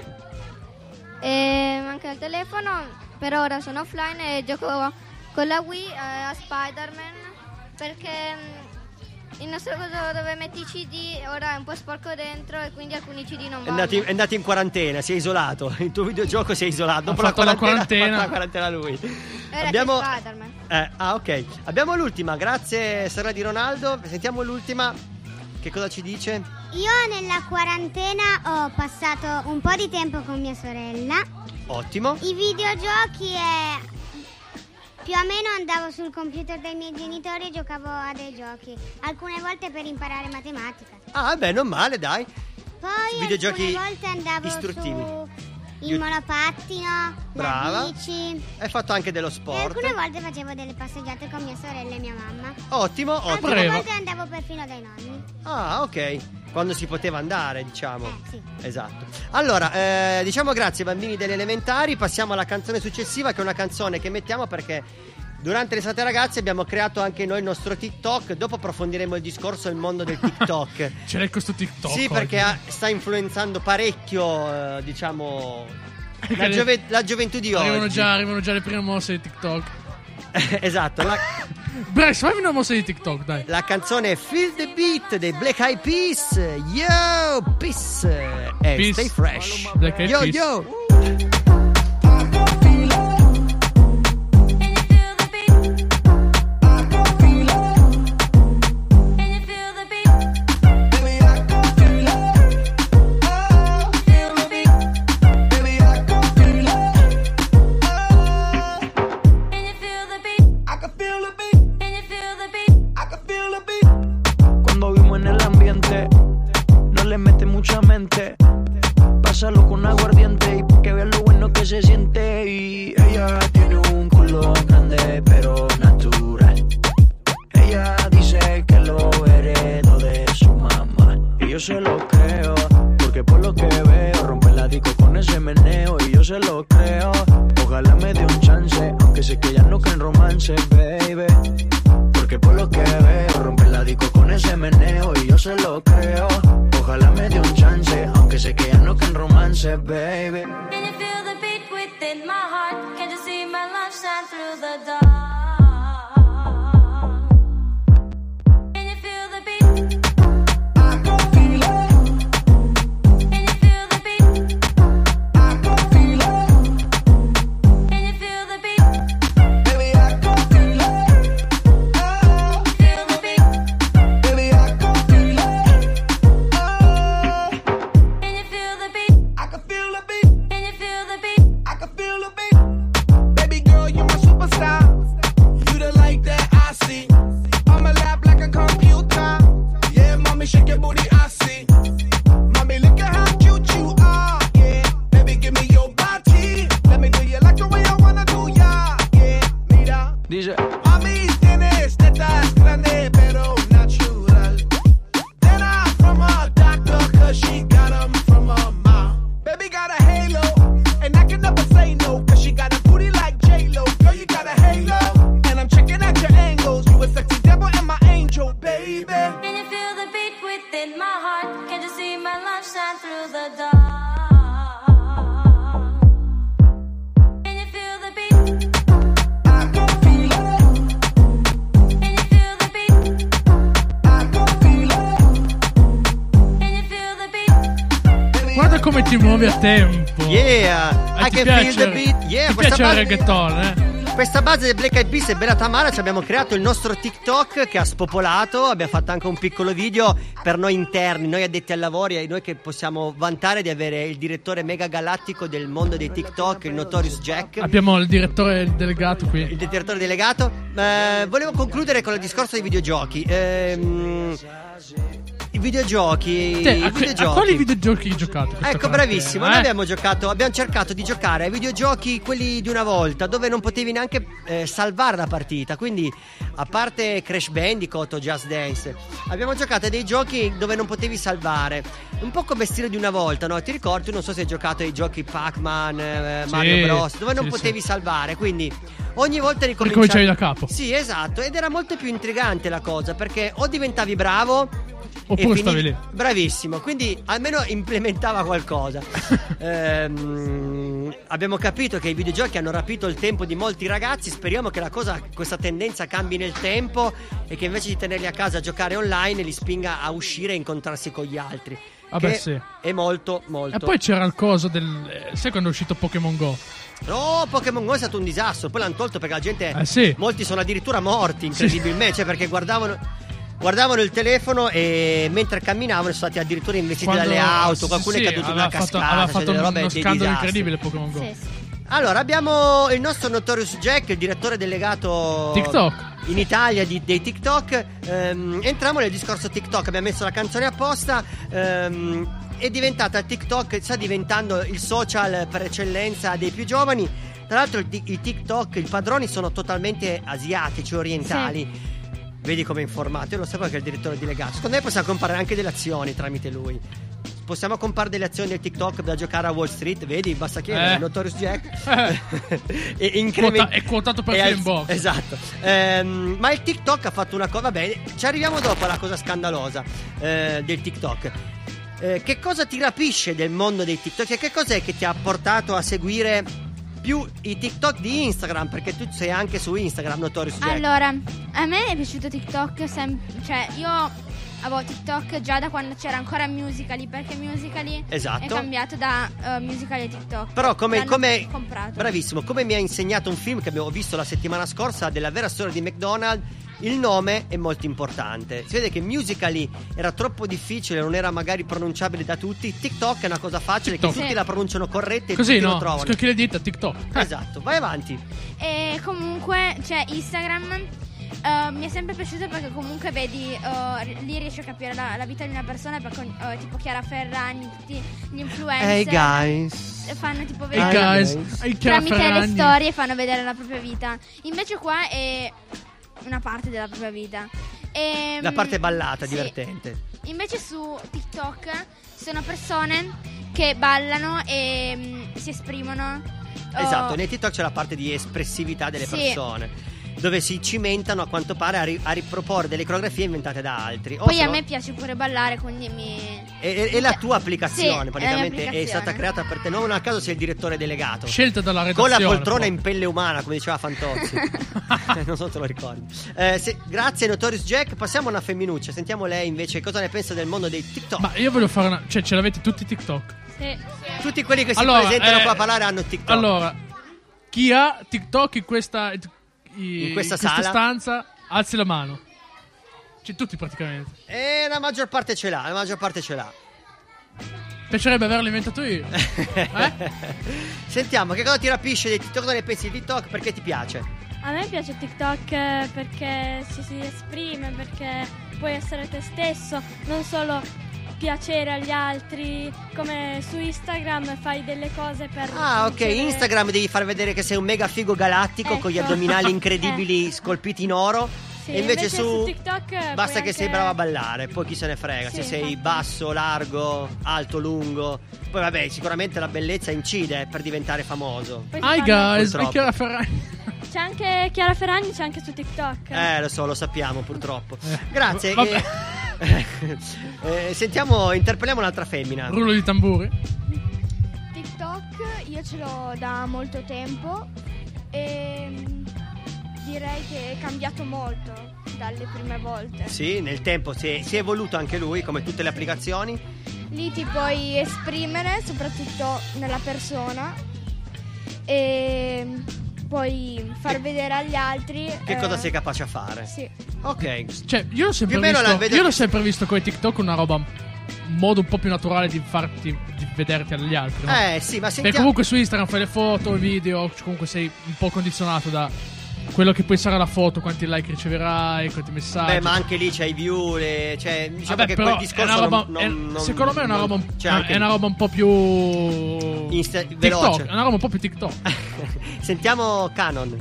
[SPEAKER 12] e anche al telefono, per ora sono offline e gioco con la Wii eh, a Spider-Man perché mm, il nostro coso dove metti i C D ora è un po' sporco dentro e quindi alcuni C D non
[SPEAKER 3] È
[SPEAKER 12] vanno.
[SPEAKER 3] andato, in, è andato in quarantena, si è isolato. Il tuo videogioco si è isolato. Dopo
[SPEAKER 4] Ha fatto la quarantena.
[SPEAKER 3] ha fatto la quarantena lui.
[SPEAKER 12] Ora
[SPEAKER 3] Abbiamo.
[SPEAKER 12] c'è Spider-Man.
[SPEAKER 3] Eh, ah, ok. Abbiamo l'ultima, grazie sorella di Ronaldo. Sentiamo l'ultima. Che cosa ci dice?
[SPEAKER 9] Io nella quarantena ho passato un po' di tempo con mia sorella.
[SPEAKER 3] Ottimo.
[SPEAKER 9] I videogiochi e più o meno andavo sul computer dei miei genitori e giocavo a dei giochi. Alcune volte per imparare matematica.
[SPEAKER 3] Ah, beh, non male, dai.
[SPEAKER 9] Poi
[SPEAKER 3] Videogiochi
[SPEAKER 9] alcune volte andavo
[SPEAKER 3] istruttivi.
[SPEAKER 9] su
[SPEAKER 3] Io-
[SPEAKER 9] il monopattino,
[SPEAKER 3] Brava.
[SPEAKER 9] la bici.
[SPEAKER 3] Hai fatto anche dello
[SPEAKER 9] E
[SPEAKER 3] sport.
[SPEAKER 9] alcune volte facevo delle passeggiate con mia sorella e mia mamma.
[SPEAKER 3] Ottimo, ottimo.
[SPEAKER 9] Alcune
[SPEAKER 4] Prego.
[SPEAKER 9] volte andavo perfino dai nonni.
[SPEAKER 3] Ah, ok. Quando si poteva andare, diciamo.
[SPEAKER 9] Eh, sì.
[SPEAKER 3] Esatto. Allora, eh, diciamo grazie ai bambini delle elementari. Passiamo alla canzone successiva, che è una canzone che mettiamo perché durante l'estate ragazzi abbiamo creato anche noi il nostro TikTok. Dopo approfondiremo il discorso del mondo del TikTok.
[SPEAKER 4] Ce l'hai questo TikTok.
[SPEAKER 3] Sì,
[SPEAKER 4] oggi.
[SPEAKER 3] perché ha- sta influenzando parecchio, eh, diciamo, la,
[SPEAKER 4] Perché
[SPEAKER 3] giove- la gioventù di
[SPEAKER 4] Arrivano
[SPEAKER 3] oggi.
[SPEAKER 4] già, arrivano già le prime mosse di TikTok.
[SPEAKER 3] Esatto, la,
[SPEAKER 4] Brex, fammi una mossa di TikTok, dai.
[SPEAKER 3] la canzone Feel the Beat dei Black Eyed Peas. Yo, peace. E
[SPEAKER 4] Peace.
[SPEAKER 3] stay fresh.
[SPEAKER 4] Black Eyed
[SPEAKER 3] Yo,
[SPEAKER 4] Peas.
[SPEAKER 3] yo.
[SPEAKER 13] Cuando vimos en el ambiente, no le mete mucha mente. Pásalo con aguardiente y pa' que veas lo bueno que se siente. Y ella tiene un culo grande pero natural. Ella dice que lo heredó de su mamá. Y yo se lo creo, porque por lo que veo rompe la disco con ese meneo. Y yo se lo creo, ojalá me dé un chance, aunque sé que ella no cree en romance, baby. Porque por lo que veo rompe la disco con ese meneo. Y yo se lo creo, ojalá me dé un chance, aunque sé que ella no cree en romance, baby.
[SPEAKER 14] Can you feel the beat within my heart? Can't you see my love shine through the dark? Can you feel the beat? I can feel it. Can you feel the beat? I can feel it. Can you feel the beat?
[SPEAKER 2] Baby, I can feel it. Oh,
[SPEAKER 14] Feel the beat?
[SPEAKER 2] baby, I can feel it. Oh,
[SPEAKER 14] Can you feel the beat?
[SPEAKER 2] I can feel the beat.
[SPEAKER 14] Can you feel the beat?
[SPEAKER 2] I can feel the beat. Baby girl, you're my superstar. You the light that I see. On my lap like a computer. Yeah, mommy, shake your booty, I see. Mommy, look at how cute you are. Yeah, baby, give me your body. Let me do you like the way I wanna do ya. Yeah, mira.
[SPEAKER 13] Dice,
[SPEAKER 2] Mami, tienes tetas grandes pero natural. Then I'm from a doctor cause she got them from her mom. Baby got a halo, and I can never say no cause she got a booty like J-Lo. Girl, you got a halo, and I'm checking out your angles. You a sexy devil and my angel, baby.
[SPEAKER 14] Can you feel the beat within my heart? Can't you see my love shine through the dark? Can you feel the beat?
[SPEAKER 2] I can feel it.
[SPEAKER 14] Can you feel the beat?
[SPEAKER 2] I can feel it.
[SPEAKER 14] Can you feel the beat?
[SPEAKER 4] Guarda come ti muovi a tempo.
[SPEAKER 3] Yeah,
[SPEAKER 4] Eh,
[SPEAKER 3] I
[SPEAKER 4] ti
[SPEAKER 3] can
[SPEAKER 4] piace,
[SPEAKER 3] feel the beat. Yeah,
[SPEAKER 4] ti
[SPEAKER 3] questa
[SPEAKER 4] piace il
[SPEAKER 3] parte-
[SPEAKER 4] reggaeton, eh?
[SPEAKER 3] Questa base del Black Eyed Peas e Bella Tamara ci abbiamo creato il nostro TikTok che ha spopolato. Abbiamo fatto anche un piccolo video per noi interni, noi addetti ai lavori e noi che possiamo vantare di avere il direttore mega galattico del mondo dei TikTok, il Notorious Jack.
[SPEAKER 4] Abbiamo il direttore delegato qui.
[SPEAKER 3] Il direttore delegato. Eh, volevo concludere con il discorso dei videogiochi. Ehm, I videogiochi.
[SPEAKER 4] Te,
[SPEAKER 3] i
[SPEAKER 4] a,
[SPEAKER 3] videogiochi.
[SPEAKER 4] a quali videogiochi hai giocato?
[SPEAKER 3] Ecco, bravissimo. Noi abbiamo giocato, abbiamo cercato di giocare ai videogiochi quelli di una volta, dove non potevi neanche eh, salvare la partita. Quindi, a parte Crash Bandicoot o Just Dance, abbiamo giocato a dei giochi dove non potevi salvare. Un po' come stile di una volta, no? Ti ricordi? Non so se hai giocato ai giochi Pac-Man, eh,
[SPEAKER 4] Sì,
[SPEAKER 3] Mario Bros, dove non
[SPEAKER 4] sì,
[SPEAKER 3] potevi
[SPEAKER 4] sì.
[SPEAKER 3] salvare. Quindi, ogni volta ricominciavi.
[SPEAKER 4] Ricominciavi da capo.
[SPEAKER 3] Sì, esatto. Ed era molto più intrigante la cosa, perché o diventavi bravo.
[SPEAKER 4] Oppure
[SPEAKER 3] e
[SPEAKER 4] stavi
[SPEAKER 3] finivi-
[SPEAKER 4] lì.
[SPEAKER 3] Bravissimo, quindi almeno implementava qualcosa. Ehm, abbiamo capito che i videogiochi hanno rapito il tempo di molti ragazzi. Speriamo che la cosa, questa tendenza cambi nel tempo e che invece di tenerli a casa a giocare online li spinga a uscire e incontrarsi con gli altri.
[SPEAKER 4] Vabbè,
[SPEAKER 3] che
[SPEAKER 4] sì.
[SPEAKER 3] È molto, molto.
[SPEAKER 4] E poi c'era il coso del. eh, Sai quando è uscito Pokémon Go?
[SPEAKER 3] No, Pokémon Go è stato un disastro. Poi l'hanno tolto perché la gente.
[SPEAKER 4] Eh, sì.
[SPEAKER 3] Molti sono addirittura morti, incredibilmente. Cioè, perché guardavano. Guardavano il telefono e mentre camminavano sono stati addirittura investiti
[SPEAKER 4] Quando-
[SPEAKER 3] dalle auto.
[SPEAKER 4] sì,
[SPEAKER 3] Qualcuno
[SPEAKER 4] sì,
[SPEAKER 3] è caduto in
[SPEAKER 4] aveva
[SPEAKER 3] una
[SPEAKER 4] fatto-
[SPEAKER 3] cascata.
[SPEAKER 4] aveva
[SPEAKER 3] cioè
[SPEAKER 4] fatto
[SPEAKER 3] delle
[SPEAKER 4] un-
[SPEAKER 3] robe,
[SPEAKER 4] uno
[SPEAKER 3] dei
[SPEAKER 4] scandalo
[SPEAKER 3] disastri.
[SPEAKER 4] incredibile Pokémon Go.
[SPEAKER 12] Sì, sì.
[SPEAKER 3] Allora, abbiamo il nostro Notorious Jack, il direttore delegato
[SPEAKER 4] TikTok.
[SPEAKER 3] in Italia di, dei TikTok. Ehm, entriamo nel discorso TikTok. Abbiamo messo la canzone apposta. Ehm, è diventata TikTok, sta diventando il social per eccellenza dei più giovani. Tra l'altro, i, i TikTok, i padroni sono totalmente asiatici, orientali. Vedi come è informato. Io lo sapevo che è il direttore delegato. Secondo me possiamo comprare anche delle azioni tramite lui. Possiamo comprare delle azioni del TikTok da giocare a Wall Street. Vedi, basta chiedere
[SPEAKER 4] Eh.
[SPEAKER 3] Notorious Jack.
[SPEAKER 4] Eh.
[SPEAKER 3] e increment-
[SPEAKER 4] Quota- è quotato per
[SPEAKER 3] e
[SPEAKER 4] Film
[SPEAKER 3] alz-
[SPEAKER 4] Box.
[SPEAKER 3] Esatto. Ehm, ma il TikTok ha fatto una cosa. Vabbè, ci arriviamo dopo alla cosa scandalosa eh, del TikTok. Eh, che cosa ti rapisce del mondo dei TikTok? E che cos'è che ti ha portato a seguire più i TikTok di Instagram? Perché tu sei anche su Instagram, Notorious Jack.
[SPEAKER 6] Allora, a me è piaciuto TikTok, sem- cioè io avevo TikTok già da quando c'era ancora Musical.ly, perché Musical.ly
[SPEAKER 3] Esatto.
[SPEAKER 6] è cambiato da uh, Musical.ly a TikTok.
[SPEAKER 3] Però come,
[SPEAKER 6] L'hanno
[SPEAKER 3] come
[SPEAKER 6] comprato.
[SPEAKER 3] bravissimo, come mi ha insegnato un film che abbiamo visto la settimana scorsa della vera storia di McDonald's, il nome è molto importante. Si vede che Musical.ly era troppo difficile, non era magari pronunciabile da tutti. TikTok è una cosa facile
[SPEAKER 4] TikTok.
[SPEAKER 3] che tutti
[SPEAKER 6] Sì.
[SPEAKER 3] la pronunciano corretta e
[SPEAKER 4] Così
[SPEAKER 3] tutti
[SPEAKER 4] no,
[SPEAKER 3] lo trovano.
[SPEAKER 4] scocchi le dita, TikTok. Eh.
[SPEAKER 3] Esatto, vai avanti.
[SPEAKER 6] E comunque, cioè, Instagram uh, mi è sempre piaciuto perché comunque vedi, uh, lì riesci a capire la, la vita di una persona, perché uh, tipo Chiara Ferragni, tutti gli influencer.
[SPEAKER 3] Hey guys.
[SPEAKER 6] Fanno tipo
[SPEAKER 4] Hey
[SPEAKER 6] vedere
[SPEAKER 4] guys, hey Chiara
[SPEAKER 6] tramite le
[SPEAKER 4] Ferragni.
[SPEAKER 6] storie fanno vedere la propria vita. Invece qua è una parte della propria vita. E,
[SPEAKER 3] La parte ballata,
[SPEAKER 6] sì.
[SPEAKER 3] divertente.
[SPEAKER 6] Invece su TikTok sono persone che ballano e mm, si esprimono.
[SPEAKER 3] Esatto,
[SPEAKER 6] Oh,
[SPEAKER 3] nei TikTok c'è la parte di espressività delle
[SPEAKER 6] Sì.
[SPEAKER 3] persone, dove si cimentano a quanto pare a, ri- a riproporre delle coreografie inventate da altri. O
[SPEAKER 6] Poi
[SPEAKER 3] se
[SPEAKER 6] a
[SPEAKER 3] no-
[SPEAKER 6] me piace pure ballare, quindi mi...
[SPEAKER 3] E, e- e la tua applicazione
[SPEAKER 6] Sì, è
[SPEAKER 3] praticamente è,
[SPEAKER 6] l'applicazione.
[SPEAKER 3] stata creata per te. Non a caso sei il direttore delegato.
[SPEAKER 4] Scelta dalla
[SPEAKER 3] Con
[SPEAKER 4] redazione.
[SPEAKER 3] la poltrona
[SPEAKER 4] poi.
[SPEAKER 3] in pelle umana, come diceva Fantozzi. Non so se te lo ricordi. Eh, se- grazie Notorious Jack. Passiamo a una femminuccia. Sentiamo lei invece cosa ne pensa del mondo dei TikTok.
[SPEAKER 4] Ma io voglio fare una. Cioè, ce l'avete tutti TikTok?
[SPEAKER 12] Sì.
[SPEAKER 3] Tutti quelli che si
[SPEAKER 4] Allora,
[SPEAKER 3] presentano
[SPEAKER 4] eh,
[SPEAKER 3] qua a parlare hanno TikTok.
[SPEAKER 4] Allora, chi ha TikTok in questa. i-
[SPEAKER 3] In questa sala?
[SPEAKER 4] stanza, alzi la mano. Cioè, tutti praticamente.
[SPEAKER 3] E la maggior parte ce l'ha. La maggior parte ce l'ha.
[SPEAKER 4] Piacerebbe averlo inventato io. Eh?
[SPEAKER 3] Sentiamo, che cosa ti rapisce dei TikTok? Cosa ne pensi di TikTok? Perché ti piace?
[SPEAKER 15] A me piace TikTok eh, perché ci si esprime, perché puoi essere te stesso, non solo piacere agli altri, come su Instagram fai delle cose per...
[SPEAKER 3] Ah, ok.
[SPEAKER 15] vincere-
[SPEAKER 3] Instagram devi far vedere che sei un mega figo galattico con gli
[SPEAKER 15] Ecco.
[SPEAKER 3] addominali incredibili scolpiti in oro.
[SPEAKER 15] Sì,
[SPEAKER 3] e invece, su,
[SPEAKER 15] TikTok eh,
[SPEAKER 3] basta
[SPEAKER 15] puoi
[SPEAKER 3] che sei
[SPEAKER 15] anche-
[SPEAKER 3] bravo a ballare. Poi chi se ne frega se
[SPEAKER 15] Sì,
[SPEAKER 3] sei
[SPEAKER 15] infatti.
[SPEAKER 3] basso, largo, alto, lungo. Poi vabbè, sicuramente la bellezza incide per diventare famoso.
[SPEAKER 15] Poi si
[SPEAKER 4] Hi
[SPEAKER 15] fanno-
[SPEAKER 4] guys,
[SPEAKER 3] Purtroppo.
[SPEAKER 4] è Chiara Ferragni.
[SPEAKER 15] C'è anche Chiara Ferragni, c'è anche su TikTok.
[SPEAKER 3] Eh, lo so, lo sappiamo purtroppo. Grazie.
[SPEAKER 4] vabbè.
[SPEAKER 3] eh, eh, sentiamo, interpelliamo un'altra femmina.
[SPEAKER 4] Rullo di tamburi.
[SPEAKER 16] TikTok io ce l'ho da molto tempo e mm, direi che è cambiato molto dalle prime volte.
[SPEAKER 3] Sì, nel tempo si è, si è evoluto anche lui, come tutte le applicazioni.
[SPEAKER 16] Lì ti puoi esprimere soprattutto nella persona e puoi far vedere agli altri
[SPEAKER 3] Che
[SPEAKER 16] eh,
[SPEAKER 3] cosa sei capace a fare?
[SPEAKER 16] Sì.
[SPEAKER 3] Ok.
[SPEAKER 4] Cioè, io l'ho sempre
[SPEAKER 3] Più o meno
[SPEAKER 4] visto.
[SPEAKER 3] la vedo
[SPEAKER 4] Io l'ho
[SPEAKER 3] che-
[SPEAKER 4] sempre visto con i TikTok una roba. Un modo un po' più naturale di farti. Di vederti agli altri, no?
[SPEAKER 3] Eh sì, ma
[SPEAKER 4] Perché
[SPEAKER 3] sentiamo.
[SPEAKER 4] comunque su Instagram fai le foto, i video. Comunque sei un po' condizionato da quello che poi sarà la foto, quanti like riceverai, quanti messaggi.
[SPEAKER 3] Beh, ma anche lì c'hai i view, le- cioè, diciamo
[SPEAKER 4] Vabbè,
[SPEAKER 3] che
[SPEAKER 4] però
[SPEAKER 3] quel
[SPEAKER 4] è
[SPEAKER 3] discorso
[SPEAKER 4] una roba,
[SPEAKER 3] non, non-
[SPEAKER 4] è-
[SPEAKER 3] non-
[SPEAKER 4] secondo me è una
[SPEAKER 3] non-
[SPEAKER 4] roba un,
[SPEAKER 3] c'è anche-
[SPEAKER 4] è una roba un po' più
[SPEAKER 3] Insta-
[SPEAKER 4] TikTok,
[SPEAKER 3] veloce.
[SPEAKER 4] è una roba un po' più TikTok.
[SPEAKER 3] Sentiamo Canon.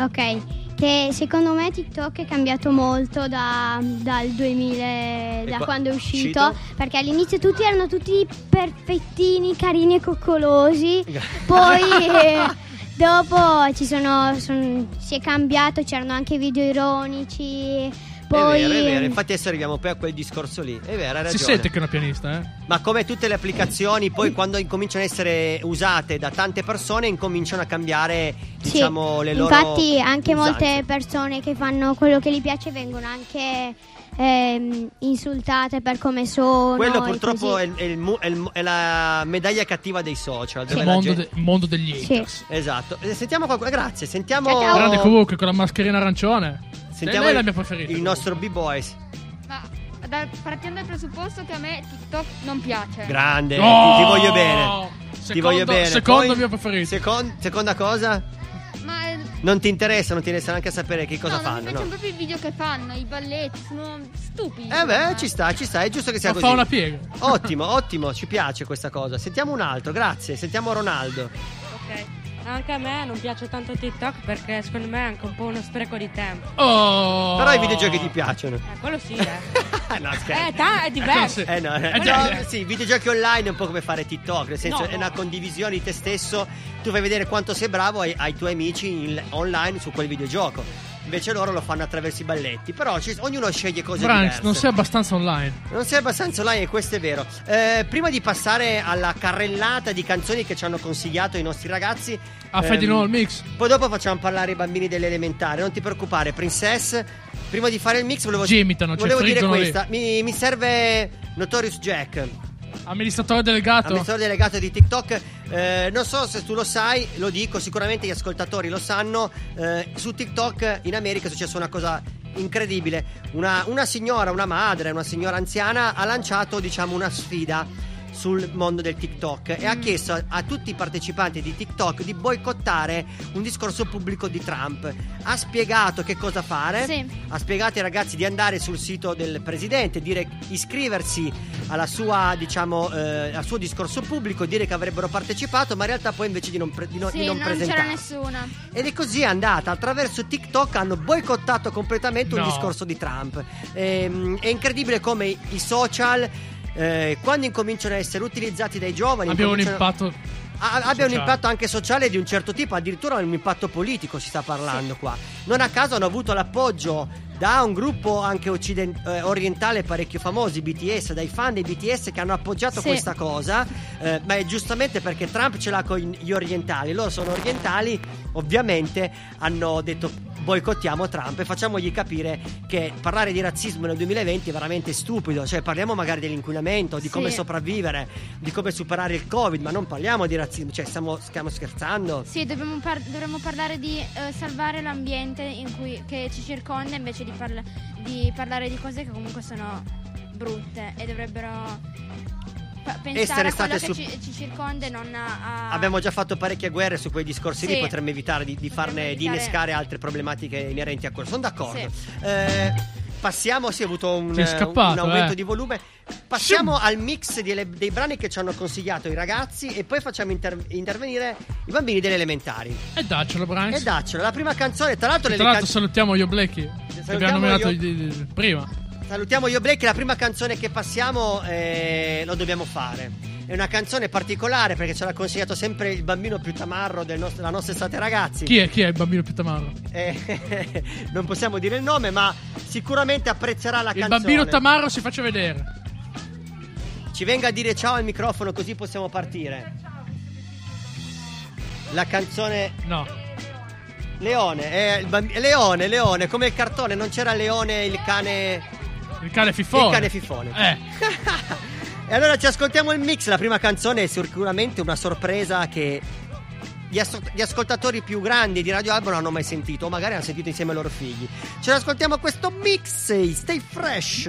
[SPEAKER 9] Ok, che secondo me TikTok è cambiato molto da, dal duemila, da
[SPEAKER 3] qua-
[SPEAKER 9] quando è uscito,
[SPEAKER 3] uscito?
[SPEAKER 9] perché all'inizio tutti erano tutti perfettini, carini e coccolosi, poi eh, dopo ci sono, son- si è cambiato, c'erano anche video ironici, poi
[SPEAKER 3] È vero, è vero. Infatti adesso arriviamo poi a quel discorso lì. È vero, hai ragione.
[SPEAKER 4] Si sente che è una pianista, eh?
[SPEAKER 3] Ma come tutte le applicazioni, poi quando incominciano a essere usate da tante persone, incominciano a cambiare,
[SPEAKER 9] sì,
[SPEAKER 3] diciamo, le loro
[SPEAKER 9] infatti anche
[SPEAKER 3] usanze.
[SPEAKER 9] molte persone che fanno quello che gli piace vengono anche ehm, insultate per come sono.
[SPEAKER 3] Quello
[SPEAKER 9] e
[SPEAKER 3] purtroppo
[SPEAKER 9] così.
[SPEAKER 3] è, il- è il mu- è il mu- è la medaglia cattiva dei social.
[SPEAKER 4] Il
[SPEAKER 3] dove la
[SPEAKER 4] mondo,
[SPEAKER 3] gente-
[SPEAKER 4] de- mondo degli
[SPEAKER 9] Sì.
[SPEAKER 4] haters.
[SPEAKER 3] Esatto. Eh, Sentiamo qualcosa. Grazie. Sentiamo.
[SPEAKER 9] Ciao, ciao.
[SPEAKER 4] Grande comunque con la mascherina arancione.
[SPEAKER 3] Sentiamo
[SPEAKER 4] Lei è la
[SPEAKER 3] il-
[SPEAKER 4] mia preferita.
[SPEAKER 3] Il nostro B-Boys.
[SPEAKER 8] Ma da- partiamo dal presupposto che a me TikTok non piace.
[SPEAKER 3] Grande.
[SPEAKER 4] Oh!
[SPEAKER 3] Ti, ti voglio bene. ti
[SPEAKER 4] Secondo-
[SPEAKER 3] voglio bene.
[SPEAKER 4] secondo
[SPEAKER 3] Poi-
[SPEAKER 4] mio preferito.
[SPEAKER 3] secon- seconda cosa?
[SPEAKER 8] Ma eh,
[SPEAKER 3] Non ti interessa, non ti interessa neanche sapere che cosa
[SPEAKER 8] no, non mi
[SPEAKER 3] fanno.
[SPEAKER 8] piacciono
[SPEAKER 3] No?
[SPEAKER 8] proprio i video che fanno, i balletti, sono stupidi.
[SPEAKER 3] Eh beh, ci sta, ci sta, è giusto che sia
[SPEAKER 4] Ma
[SPEAKER 3] così.
[SPEAKER 4] fa una piega.
[SPEAKER 3] Ottimo, ottimo, ci piace questa cosa. Sentiamo un altro, grazie. Sentiamo Ronaldo.
[SPEAKER 7] Ok. Anche a me non piace tanto TikTok perché secondo me è anche un po' uno spreco di tempo.
[SPEAKER 4] Oh.
[SPEAKER 3] Però i videogiochi ti piacciono.
[SPEAKER 7] Eh, quello sì, eh.
[SPEAKER 3] no, scherzo.
[SPEAKER 7] Eh, ta- è diverso.
[SPEAKER 3] Eh no, eh,
[SPEAKER 4] Eh, già,
[SPEAKER 3] no, sì, i videogiochi online è un po' come fare TikTok, nel senso
[SPEAKER 7] No,
[SPEAKER 3] è
[SPEAKER 7] no.
[SPEAKER 3] una condivisione di te stesso, tu fai vedere quanto sei bravo ai, ai tuoi amici in- online su quel videogioco. Invece loro lo fanno attraverso i balletti, però ci- ognuno sceglie cose
[SPEAKER 4] Branks,
[SPEAKER 3] diverse.
[SPEAKER 4] non sei abbastanza online.
[SPEAKER 3] Non sei abbastanza online e questo è vero. Eh, prima di passare alla carrellata di canzoni che ci hanno consigliato i nostri ragazzi,
[SPEAKER 4] Ah, fai di
[SPEAKER 3] ehm,
[SPEAKER 4] nuovo il mix?
[SPEAKER 3] poi dopo facciamo parlare i bambini dell'elementare. Non ti preoccupare, Princess. Prima di fare il mix volevo,
[SPEAKER 4] Gemitano, cioè
[SPEAKER 3] volevo dire
[SPEAKER 4] friggono lì.
[SPEAKER 3] questa. Mi, mi serve Notorious Jack,
[SPEAKER 4] Amministratore delegato.
[SPEAKER 3] amministratore delegato di TikTok. Eh, non so se tu lo sai, lo dico, sicuramente gli ascoltatori lo sanno. Eh, su TikTok in America è successa una cosa incredibile. Una, una signora, una madre, una signora anziana ha lanciato, diciamo, una sfida sul mondo del TikTok e ha chiesto a, a tutti i partecipanti di TikTok di boicottare un discorso pubblico di Trump. Ha spiegato che cosa fare,
[SPEAKER 6] Sì.
[SPEAKER 3] ha spiegato ai ragazzi di andare sul sito del presidente, dire, iscriversi alla sua, diciamo, eh, al suo discorso pubblico, dire che avrebbero partecipato, ma in realtà poi invece di non, pre- di no-
[SPEAKER 6] Sì,
[SPEAKER 3] di non,
[SPEAKER 6] non c'era
[SPEAKER 3] presentarsi.
[SPEAKER 6] nessuna.
[SPEAKER 3] Ed è così è andata. Attraverso TikTok hanno boicottato completamente un
[SPEAKER 4] No.
[SPEAKER 3] discorso di Trump. Ehm, è incredibile come i i social, eh, quando incominciano a essere utilizzati dai giovani,
[SPEAKER 4] Abbiamo un
[SPEAKER 3] incominciano-
[SPEAKER 4] impatto.
[SPEAKER 3] a- abbia un
[SPEAKER 4] sociale.
[SPEAKER 3] impatto anche sociale di un certo tipo, addirittura un impatto politico si sta parlando qua. Non a caso hanno avuto l'appoggio da un gruppo anche occident- eh, orientale parecchio famoso, i B T S, dai fan dei B T S che hanno appoggiato
[SPEAKER 6] Sì.
[SPEAKER 3] questa cosa, eh, ma è giustamente perché Trump ce l'ha con gli orientali, loro sono orientali, ovviamente hanno detto boicottiamo Trump e facciamogli capire che parlare di razzismo nel duemilaventi è veramente stupido, cioè parliamo magari dell'inquinamento, di
[SPEAKER 6] Sì.
[SPEAKER 3] come sopravvivere, di come superare il Covid, ma non parliamo di razzismo, cioè stiamo, stiamo scherzando.
[SPEAKER 6] Sì, dobbiamo par- dovremmo parlare di eh, salvare l'ambiente in cui, che ci circonda invece di, parla- di parlare di cose che comunque sono brutte e dovrebbero pa- pensare
[SPEAKER 3] Essere
[SPEAKER 6] a quello
[SPEAKER 3] state
[SPEAKER 6] che
[SPEAKER 3] su-
[SPEAKER 6] ci, ci circonda e non a... a-
[SPEAKER 3] Abbiamo già fatto parecchie guerre su quei discorsi lì,
[SPEAKER 6] Sì.
[SPEAKER 3] potremmo evitare di, di farne, di
[SPEAKER 6] evitare-
[SPEAKER 3] innescare altre problematiche inerenti a quello. Sono d'accordo.
[SPEAKER 6] Sì.
[SPEAKER 3] Eh, passiamo, sì, ho avuto un,
[SPEAKER 4] Ti è
[SPEAKER 3] un-
[SPEAKER 4] scappato,
[SPEAKER 3] un aumento
[SPEAKER 4] eh.
[SPEAKER 3] di volume. Passiamo al mix delle- dei brani che ci hanno consigliato i ragazzi e poi facciamo inter- intervenire i bambini delle elementari.
[SPEAKER 4] E daccelo, Branks.
[SPEAKER 3] E daccelo, la prima canzone, tra l'altro,
[SPEAKER 4] Tra
[SPEAKER 3] le
[SPEAKER 4] l'altro
[SPEAKER 3] can-
[SPEAKER 4] salutiamo Io Blacky, che
[SPEAKER 3] Salutiamo
[SPEAKER 4] abbiamo nominato
[SPEAKER 3] Io-
[SPEAKER 4] di- di- prima.
[SPEAKER 3] salutiamo Io Black, la prima canzone che passiamo eh, lo dobbiamo fare. È una canzone particolare perché ce l'ha consigliato sempre il bambino più tamarro del nostro- della nostra estate ragazzi.
[SPEAKER 4] Chi è, chi è il bambino più tamarro?
[SPEAKER 3] Eh, non possiamo dire il nome, ma sicuramente apprezzerà la
[SPEAKER 4] Il
[SPEAKER 3] canzone.
[SPEAKER 4] bambino tamarro si faccia vedere.
[SPEAKER 3] Ci venga a dire ciao al microfono così possiamo partire. La canzone
[SPEAKER 4] No.
[SPEAKER 3] Leone, eh, il bambi- Leone, Leone, come il cartone, non c'era Leone il cane
[SPEAKER 4] Il cane fifone.
[SPEAKER 3] il cane fifone.
[SPEAKER 4] Eh.
[SPEAKER 3] E allora ci ascoltiamo il mix, la prima canzone è sicuramente una sorpresa che gli, as- gli ascoltatori più grandi di Radio Alba non hanno mai sentito, o magari hanno sentito insieme ai loro figli. Ce l'ascoltiamo questo mix, Stay Fresh.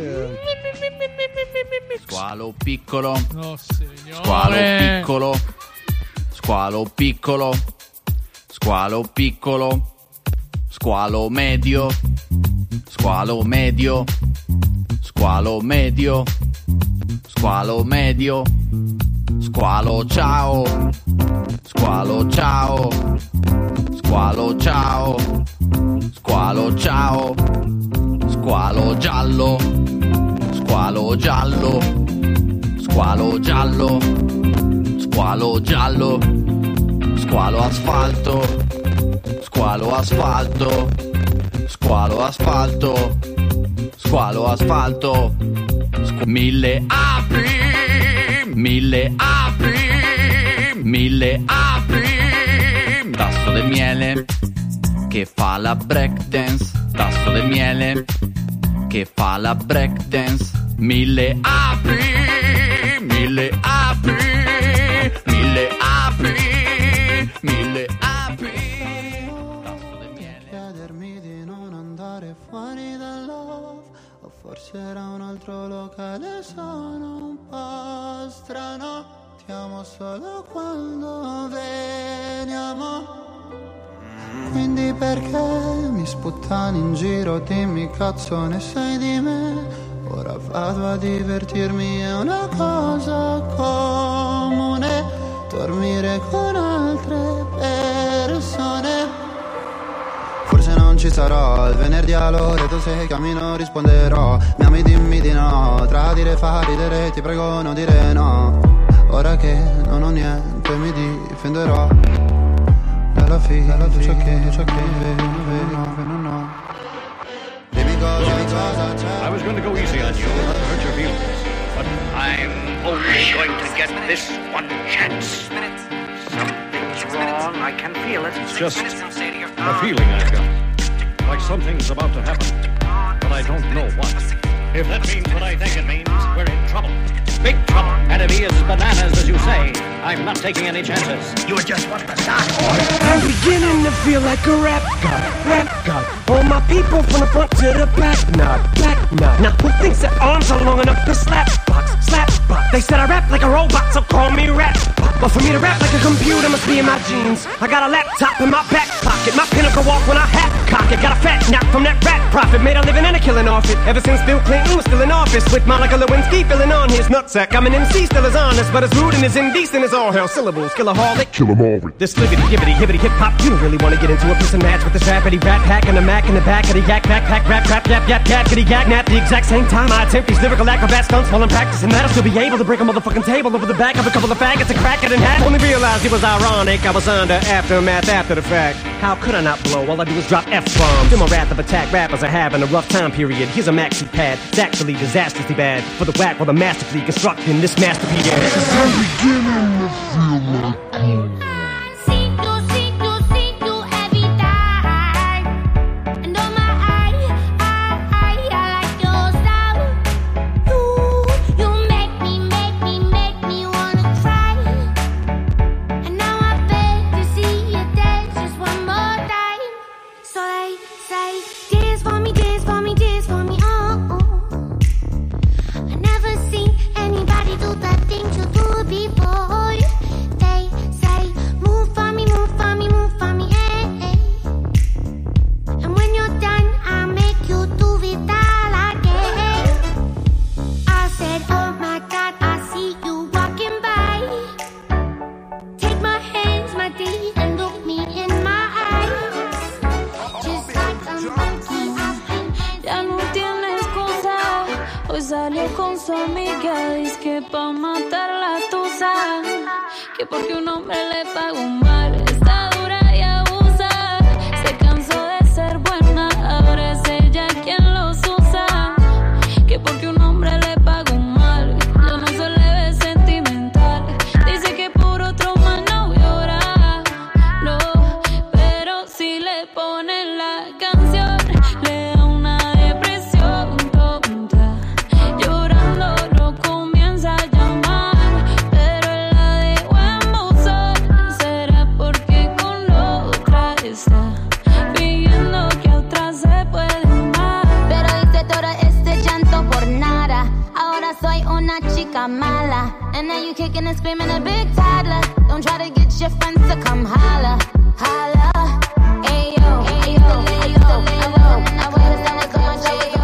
[SPEAKER 17] Squalo piccolo,
[SPEAKER 4] Oh signore.
[SPEAKER 17] squalo piccolo, squalo piccolo, squalo piccolo, squalo medio, squalo medio, squalo medio, squalo medio, squalo ciao, squalo ciao, squalo ciao, squalo ciao, squalo giallo, squalo giallo, squalo giallo, squalo giallo, squalo asfalto, squalo asfalto, squalo asfalto, squalo asfalto, squ- mille api, mille api, mille api, tasso del miele che fa la breakdance, tasso del miele che fa la breakdance, mille api, mille api, mille api, mille api.
[SPEAKER 18] Chiedermi di non andare fuori dal love, o forse era un altro locale, sono un po' strano. Ti amo solo quando veniamo. Quindi perché mi sputtani in giro, dimmi cazzo ne sai di me. Ora vado a divertirmi, è una cosa comune, dormire con altre persone. Forse non ci sarò il venerdì all'ora, tu se chiami non risponderò. Mi ami dimmi di no, tradire fa ridere, ti prego non dire no. Ora che non ho niente mi difenderò dalla fine, dalla ciò che, ciò che vedo, vedo, vedo, no. Dimmi cosa, cosa c'è.
[SPEAKER 19] I was going to go easy on you and not hurt your feelings, but I'm only going to get this one chance. Something's wrong. I can feel it. It's just a feeling I've got, like something's about to happen, but I don't know what. If that means what I think it means, we're in trouble. Big trouble. And if he is bananas, as you say, I'm not taking any chances. You just want the start.
[SPEAKER 20] I'm beginning to feel like a rap god, rap god. All my people from the front to the back, nod, back nod. Now who thinks their arms are long enough to slap box, slap box? They said I rap like a robot, so call me rap. But for me to rap like a computer must be in my genes. I got a laptop in my back pocket, my pinnacle walk when I hat cock it. Got a fat nap from that rat profit, made a living and a killing off it. Ever since Bill Clinton was still in office, with Monica Lewinsky filling on his nutsack. I'm an M C, still as honest, but as rude and as indecent as all hell. Syllables, killaholic, kill 'em all. This libbity, gibbity, hibbity, hip hop. You don't really wanna get into a piss and match with this rapidy rat pack and a mac in the back of the yak backpack, rap, rap, yap, yap, yap, kitty, yak, nap. The exact same time I attempt these lyrical acrobat stunts while I'm practicing that, I'll still be able to break a motherfucking table over the back of a couple of faggots and crack it in half. Only realized it was ironic, I was under aftermath after the fact. How could I not blow? All I do is drop F-bombs. In my wrath of attack, rappers are having a rough time period. Here's a maxi pad, it's actually disastrously bad for the whack while the masterfully constructing this masterpiece.
[SPEAKER 14] I'm beginning to feel like home.
[SPEAKER 21] Salió con su amiga, dice que pa' matar la tusa, que porque un hombre le pagó mal, está dura y abusa, se cansó de ser buena, ahora es ella quien los usa, que porque un hombre le pagó mal, yo no soy leve sentimental, dice que por otro más no llora, no, pero si le ponen la canción, le da una depresión tonta. Llorando lo comienza a llamar, pero él la dejó en buzón. Será porque una chica mala. And now you kicking and screaming a big toddler. Don't try to get your friends to come holla, holla. Ayo, ayo, ayo, ayo. I wanna stand with my J-O,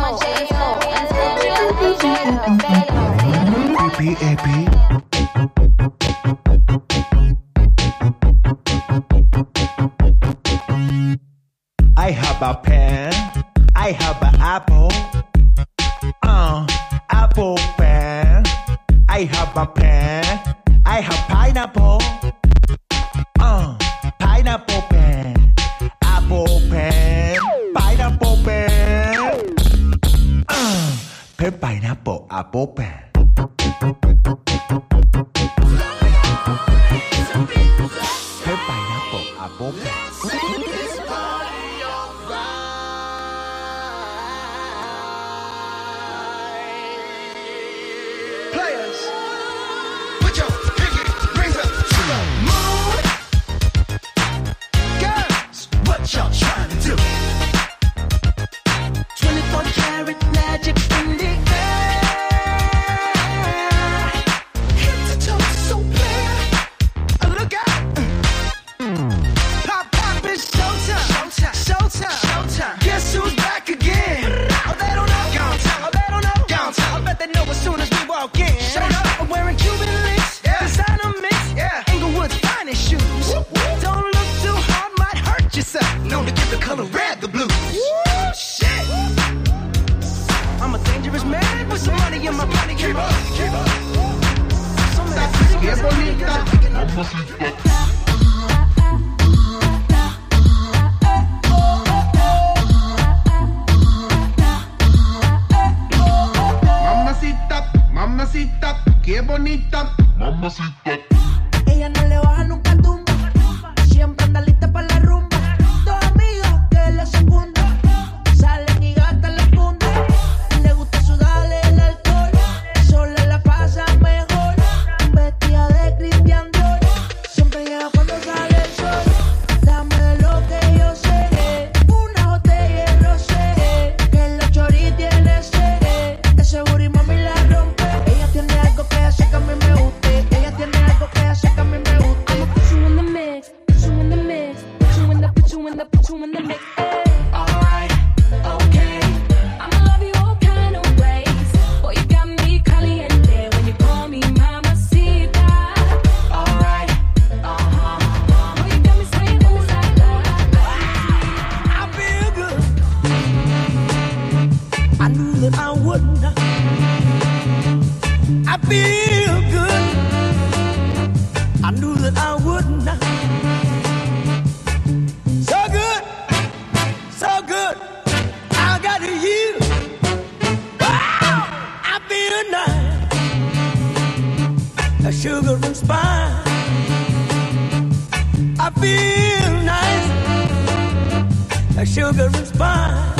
[SPEAKER 2] Epi, epi.
[SPEAKER 1] I have a pen, I have an apple, uh, apple pen. I have a pen, I have pineapple, uh, pineapple pen, apple pen, pineapple pen, uh, pen, pineapple, apple pen. Pen, pineapple, apple pen.
[SPEAKER 2] Players, put your pinky rings up to the moon. Girls, what y'all trying to do? twenty-four karat magic in the air. Head to toe, so clear. Uh, Look out. Pop, pop, it's showtime. Showtime. Showtime. Showtime. Guess who's back again? Oh, they don't know. Downtown. Oh, they don't know. Downtown. I bet they know as soon as we walk in. Shut up. I'm wearing Cuban links. Yeah. Designer mix. Yeah. Inglewood's finest shoes. Whoop, whoop. Don't look too hard, might hurt yourself. Known to give the color red the blues. Woo, shit. I'm a dangerous man with some money in my money. Keep up. Keep up. Some of that pretty Qué bonita. Mamacita, mamacita, qué bonita. Mamacita.
[SPEAKER 22] Ella no le baja nunca al tumba. Siempre anda lista para la rumba. Dos amigas que la secundan. Salen y gastan la funda. Le gusta sudarle el alcohol. Sola la pasa mejor. Vestida de Christian Dior. Siempre llega cuando sale el sol. Dame de lo que yo sé. Una botella de rosé. Que la chori tiene sed. Ese booty mami la rompe. Ella tiene algo que hace que a mí me guste. Ella tiene algo que hace que a mí me guste.
[SPEAKER 15] I'ma put you in the mix, put you in the mix, put you in the, put you in the, put you in the mix. Alright, okay. I'ma love you all kind of ways. Boy, you got me caliente when you call me mamacita. Alright, uh-huh. Boy, you got me saying ooh la la.
[SPEAKER 22] I feel good. I knew that I wouldn't. I feel good. I knew that I wouldn't. So good, so good. I got you. Wow, I feel nice. A sugar and spice. I feel nice. A sugar and spice.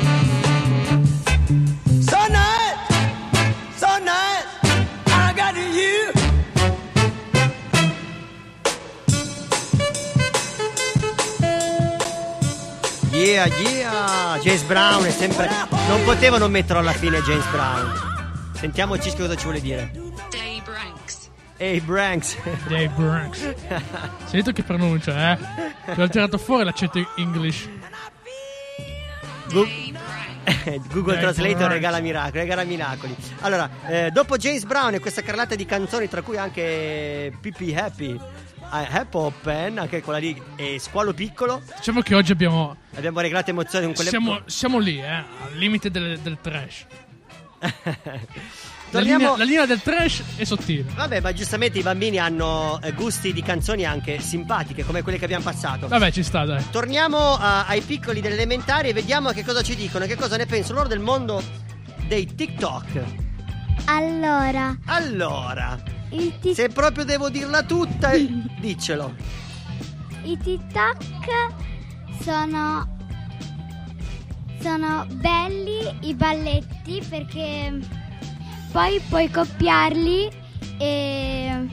[SPEAKER 22] So nice, so nice. I got you.
[SPEAKER 3] Yeah, yeah. James Brown è sempre. Non potevano metterlo alla fine, James Brown. Sentiamo Cisco cosa ci vuole dire.
[SPEAKER 23] Dave Branks.
[SPEAKER 3] Ehi, Branks.
[SPEAKER 4] Dave Branks. Sentito che pronuncia, eh? Ti ho tirato fuori l'accento English.
[SPEAKER 3] Gu- Google
[SPEAKER 4] Dave
[SPEAKER 3] Translator
[SPEAKER 4] Branks.
[SPEAKER 3] regala miracoli, regala miracoli. Allora, eh, dopo James Brown e questa carrellata di canzoni, tra cui anche P P Happy, eh, Apple Pen, anche quella lì, e Squalo Piccolo.
[SPEAKER 4] Diciamo che oggi abbiamo.
[SPEAKER 3] Abbiamo regalato emozioni con quelle.
[SPEAKER 4] Siamo, siamo lì, eh? Al limite del, del trash. La
[SPEAKER 3] Torniamo-
[SPEAKER 4] linea, la linea del trash è sottile.
[SPEAKER 3] Vabbè, ma giustamente i bambini hanno eh, gusti di canzoni anche simpatiche, come quelle che abbiamo passato.
[SPEAKER 4] Vabbè, ci sta, dai.
[SPEAKER 3] Torniamo a- ai piccoli delle elementari e vediamo che cosa ci dicono, che cosa ne pensano loro del mondo dei TikTok.
[SPEAKER 9] Allora,
[SPEAKER 3] Allora,
[SPEAKER 9] il tic-
[SPEAKER 3] se proprio devo dirla tutta, eh, diccelo.
[SPEAKER 9] i TikTok sono sono belli i balletti perché poi puoi copiarli e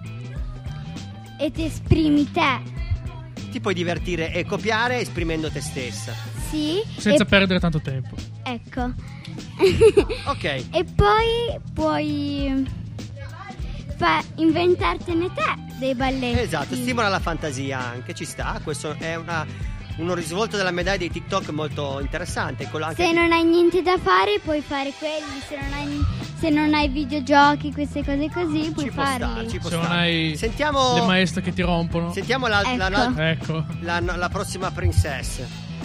[SPEAKER 9] e ti esprimi te.
[SPEAKER 3] Ti puoi divertire e copiare esprimendo te stessa.
[SPEAKER 9] Sì.
[SPEAKER 4] Senza
[SPEAKER 9] e,
[SPEAKER 4] perdere tanto tempo.
[SPEAKER 9] Ecco.
[SPEAKER 3] Ok.
[SPEAKER 9] E poi puoi fa- inventartene te dei balletti.
[SPEAKER 3] Esatto, stimola la fantasia anche, ci sta. Questo è una, uno risvolto della medaglia dei TikTok molto interessante. Quello anche
[SPEAKER 9] Se non hai niente da fare puoi fare quelli, se non hai, se non hai videogiochi, queste cose così, puoi
[SPEAKER 3] Ci può
[SPEAKER 9] farli.
[SPEAKER 3] stare, ci può
[SPEAKER 4] Se non
[SPEAKER 3] stare.
[SPEAKER 4] hai
[SPEAKER 3] Sentiamo
[SPEAKER 4] le maestre che ti rompono.
[SPEAKER 3] Sentiamo la, la,
[SPEAKER 9] Ecco.
[SPEAKER 3] la,
[SPEAKER 4] Ecco.
[SPEAKER 3] la, la prossima princess.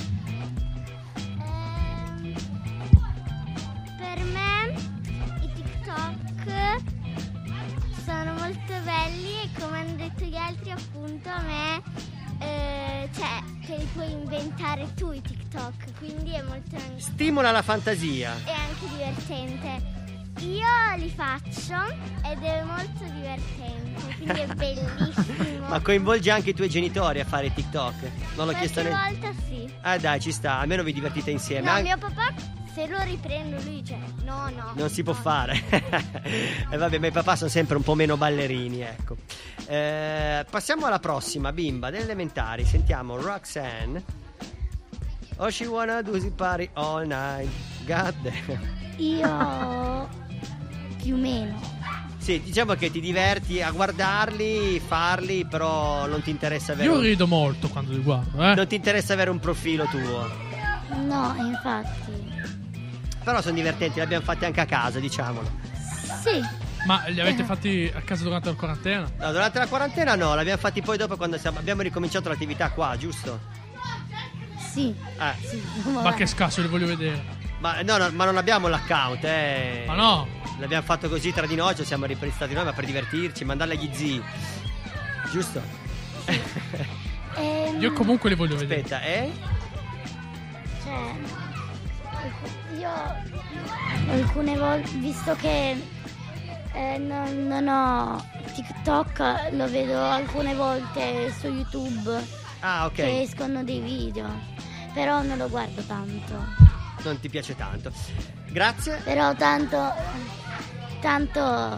[SPEAKER 11] Per me i TikTok sono molto belli e come hanno detto gli altri appunto a me eh, cioè te li puoi inventare tu i TikTok, quindi è molto
[SPEAKER 3] Stimola la fantasia.
[SPEAKER 11] è anche divertente. Io li faccio ed è molto divertente, quindi è bellissimo.
[SPEAKER 3] Ma coinvolge anche i tuoi genitori a fare TikTok? Non l'ho chiesto
[SPEAKER 11] Qualche
[SPEAKER 3] neanche.
[SPEAKER 11] volta sì.
[SPEAKER 3] Ah dai, ci sta, almeno vi divertite insieme.
[SPEAKER 11] No,
[SPEAKER 3] An-
[SPEAKER 11] mio papà se lo riprendo lui dice no no.
[SPEAKER 3] Non si può fare. E vabbè, ma i papà sono sempre un po' meno ballerini, ecco. Eh, passiamo alla prossima bimba delle elementari. Sentiamo Roxanne. Oh, she wanna do the party all night. God damn.
[SPEAKER 11] Io più o meno.
[SPEAKER 3] Sì, diciamo che ti diverti a guardarli, farli, però non ti interessa avere
[SPEAKER 4] Io
[SPEAKER 3] un...
[SPEAKER 4] rido molto quando li guardo, eh.
[SPEAKER 3] Non ti interessa avere un profilo tuo.
[SPEAKER 11] No, infatti.
[SPEAKER 3] Però sono divertenti, li abbiamo fatti anche a casa, diciamolo.
[SPEAKER 11] Sì.
[SPEAKER 4] Ma li avete fatti a casa durante la quarantena?
[SPEAKER 3] No, durante la quarantena no, l'abbiamo fatti poi dopo quando siamo- abbiamo ricominciato l'attività qua, giusto?
[SPEAKER 11] Sì.
[SPEAKER 3] Eh.
[SPEAKER 11] Sì.
[SPEAKER 4] Ma che scasso, li voglio vedere.
[SPEAKER 3] Ma no, no, ma non abbiamo l'account, eh.
[SPEAKER 4] Ma no.
[SPEAKER 3] L'abbiamo fatto così tra di noi, ci siamo riprestati noi, ma per divertirci, mandarli agli zii. Giusto?
[SPEAKER 11] Ehm,
[SPEAKER 4] Io comunque li voglio vedere.
[SPEAKER 3] Aspetta, eh?
[SPEAKER 11] Cioè, io alcune volte, visto che eh, non, non ho TikTok, lo vedo alcune volte su YouTube.
[SPEAKER 3] Ah, ok.
[SPEAKER 11] Che escono dei video, però non lo guardo tanto.
[SPEAKER 3] Non ti piace tanto. Grazie.
[SPEAKER 11] Però tanto, tanto,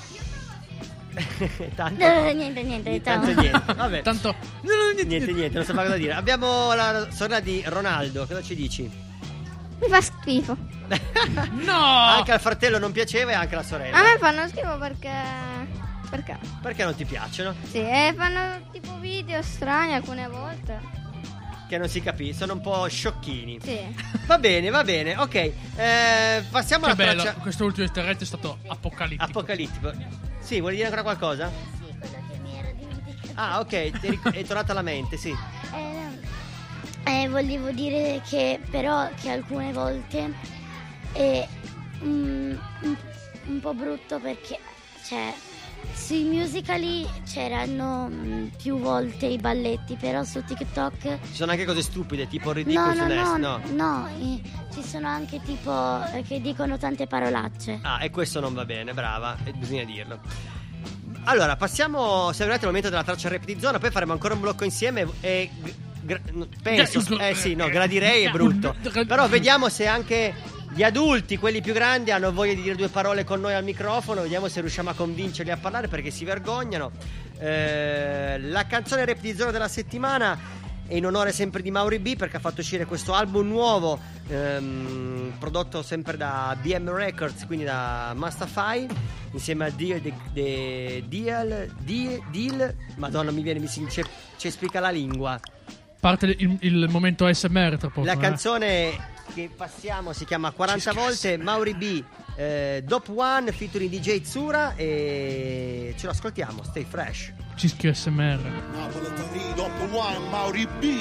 [SPEAKER 3] Tanto.
[SPEAKER 11] eh, niente, niente,
[SPEAKER 3] Tanto
[SPEAKER 11] tanto.
[SPEAKER 3] niente. Vabbè.
[SPEAKER 4] Tanto.
[SPEAKER 3] Niente, niente, non so cosa dire. Abbiamo la sorella di Ronaldo, cosa ci dici?
[SPEAKER 12] Mi fa schifo.
[SPEAKER 4] No!
[SPEAKER 3] Anche al fratello non piaceva e anche alla sorella.
[SPEAKER 12] A me fanno schifo perché. Perché?
[SPEAKER 3] Perché non ti piacciono?
[SPEAKER 12] Sì, e fanno tipo video strani alcune volte.
[SPEAKER 3] Che non si capisce, sono un po' sciocchini.
[SPEAKER 12] Sì.
[SPEAKER 3] Va bene, va bene, ok. Eh, passiamo
[SPEAKER 4] Che
[SPEAKER 3] alla
[SPEAKER 4] bello,
[SPEAKER 3] traccia
[SPEAKER 4] questo ultimo easter egg è stato apocalittico.
[SPEAKER 3] apocalittico. Sì, vuoi dire ancora qualcosa?
[SPEAKER 11] Sì, quello che mi era dimenticato.
[SPEAKER 3] Ah, ok, ti è ric- è tornata alla mente, sì.
[SPEAKER 11] Eh, eh, volevo dire che però che alcune volte è mm, un, un po' brutto perché cioè sui musicali c'erano mm, più volte i balletti, però su TikTok
[SPEAKER 3] Ci sono anche cose stupide, tipo
[SPEAKER 11] no
[SPEAKER 3] Ridiculous
[SPEAKER 11] no
[SPEAKER 3] Nest,
[SPEAKER 11] no,
[SPEAKER 3] no?
[SPEAKER 11] no, eh, ci sono anche tipo eh, che dicono tante parolacce.
[SPEAKER 3] Ah, e questo non va bene, brava, e bisogna dirlo. Allora, passiamo, siamo arrivati al momento della traccia rap di zona, poi faremo ancora un blocco insieme e g- gra- penso, eh sì, no, gradirei è brutto. Però vediamo se anche gli adulti, quelli più grandi, hanno voglia di dire due parole con noi al microfono, vediamo se riusciamo a convincerli a parlare perché si vergognano. Eh, la canzone rap di zona della settimana è in onore sempre di Mauri B perché ha fatto uscire questo album nuovo ehm, prodotto sempre da B M Records, quindi da Mustafai, insieme a Deal, de, de, Deal, Deal, Deal, madonna mi viene, mi si ci, ci spiega la lingua.
[SPEAKER 4] Parte il, il momento A S M R tra poco.
[SPEAKER 3] La
[SPEAKER 4] eh.
[SPEAKER 3] canzone che passiamo si chiama quaranta volte, Mauri B, eh, Dope One featuring D J Tsura e ce lo ascoltiamo, stay fresh.
[SPEAKER 4] Cischio A S M R.
[SPEAKER 2] Dopo One, Mauri B.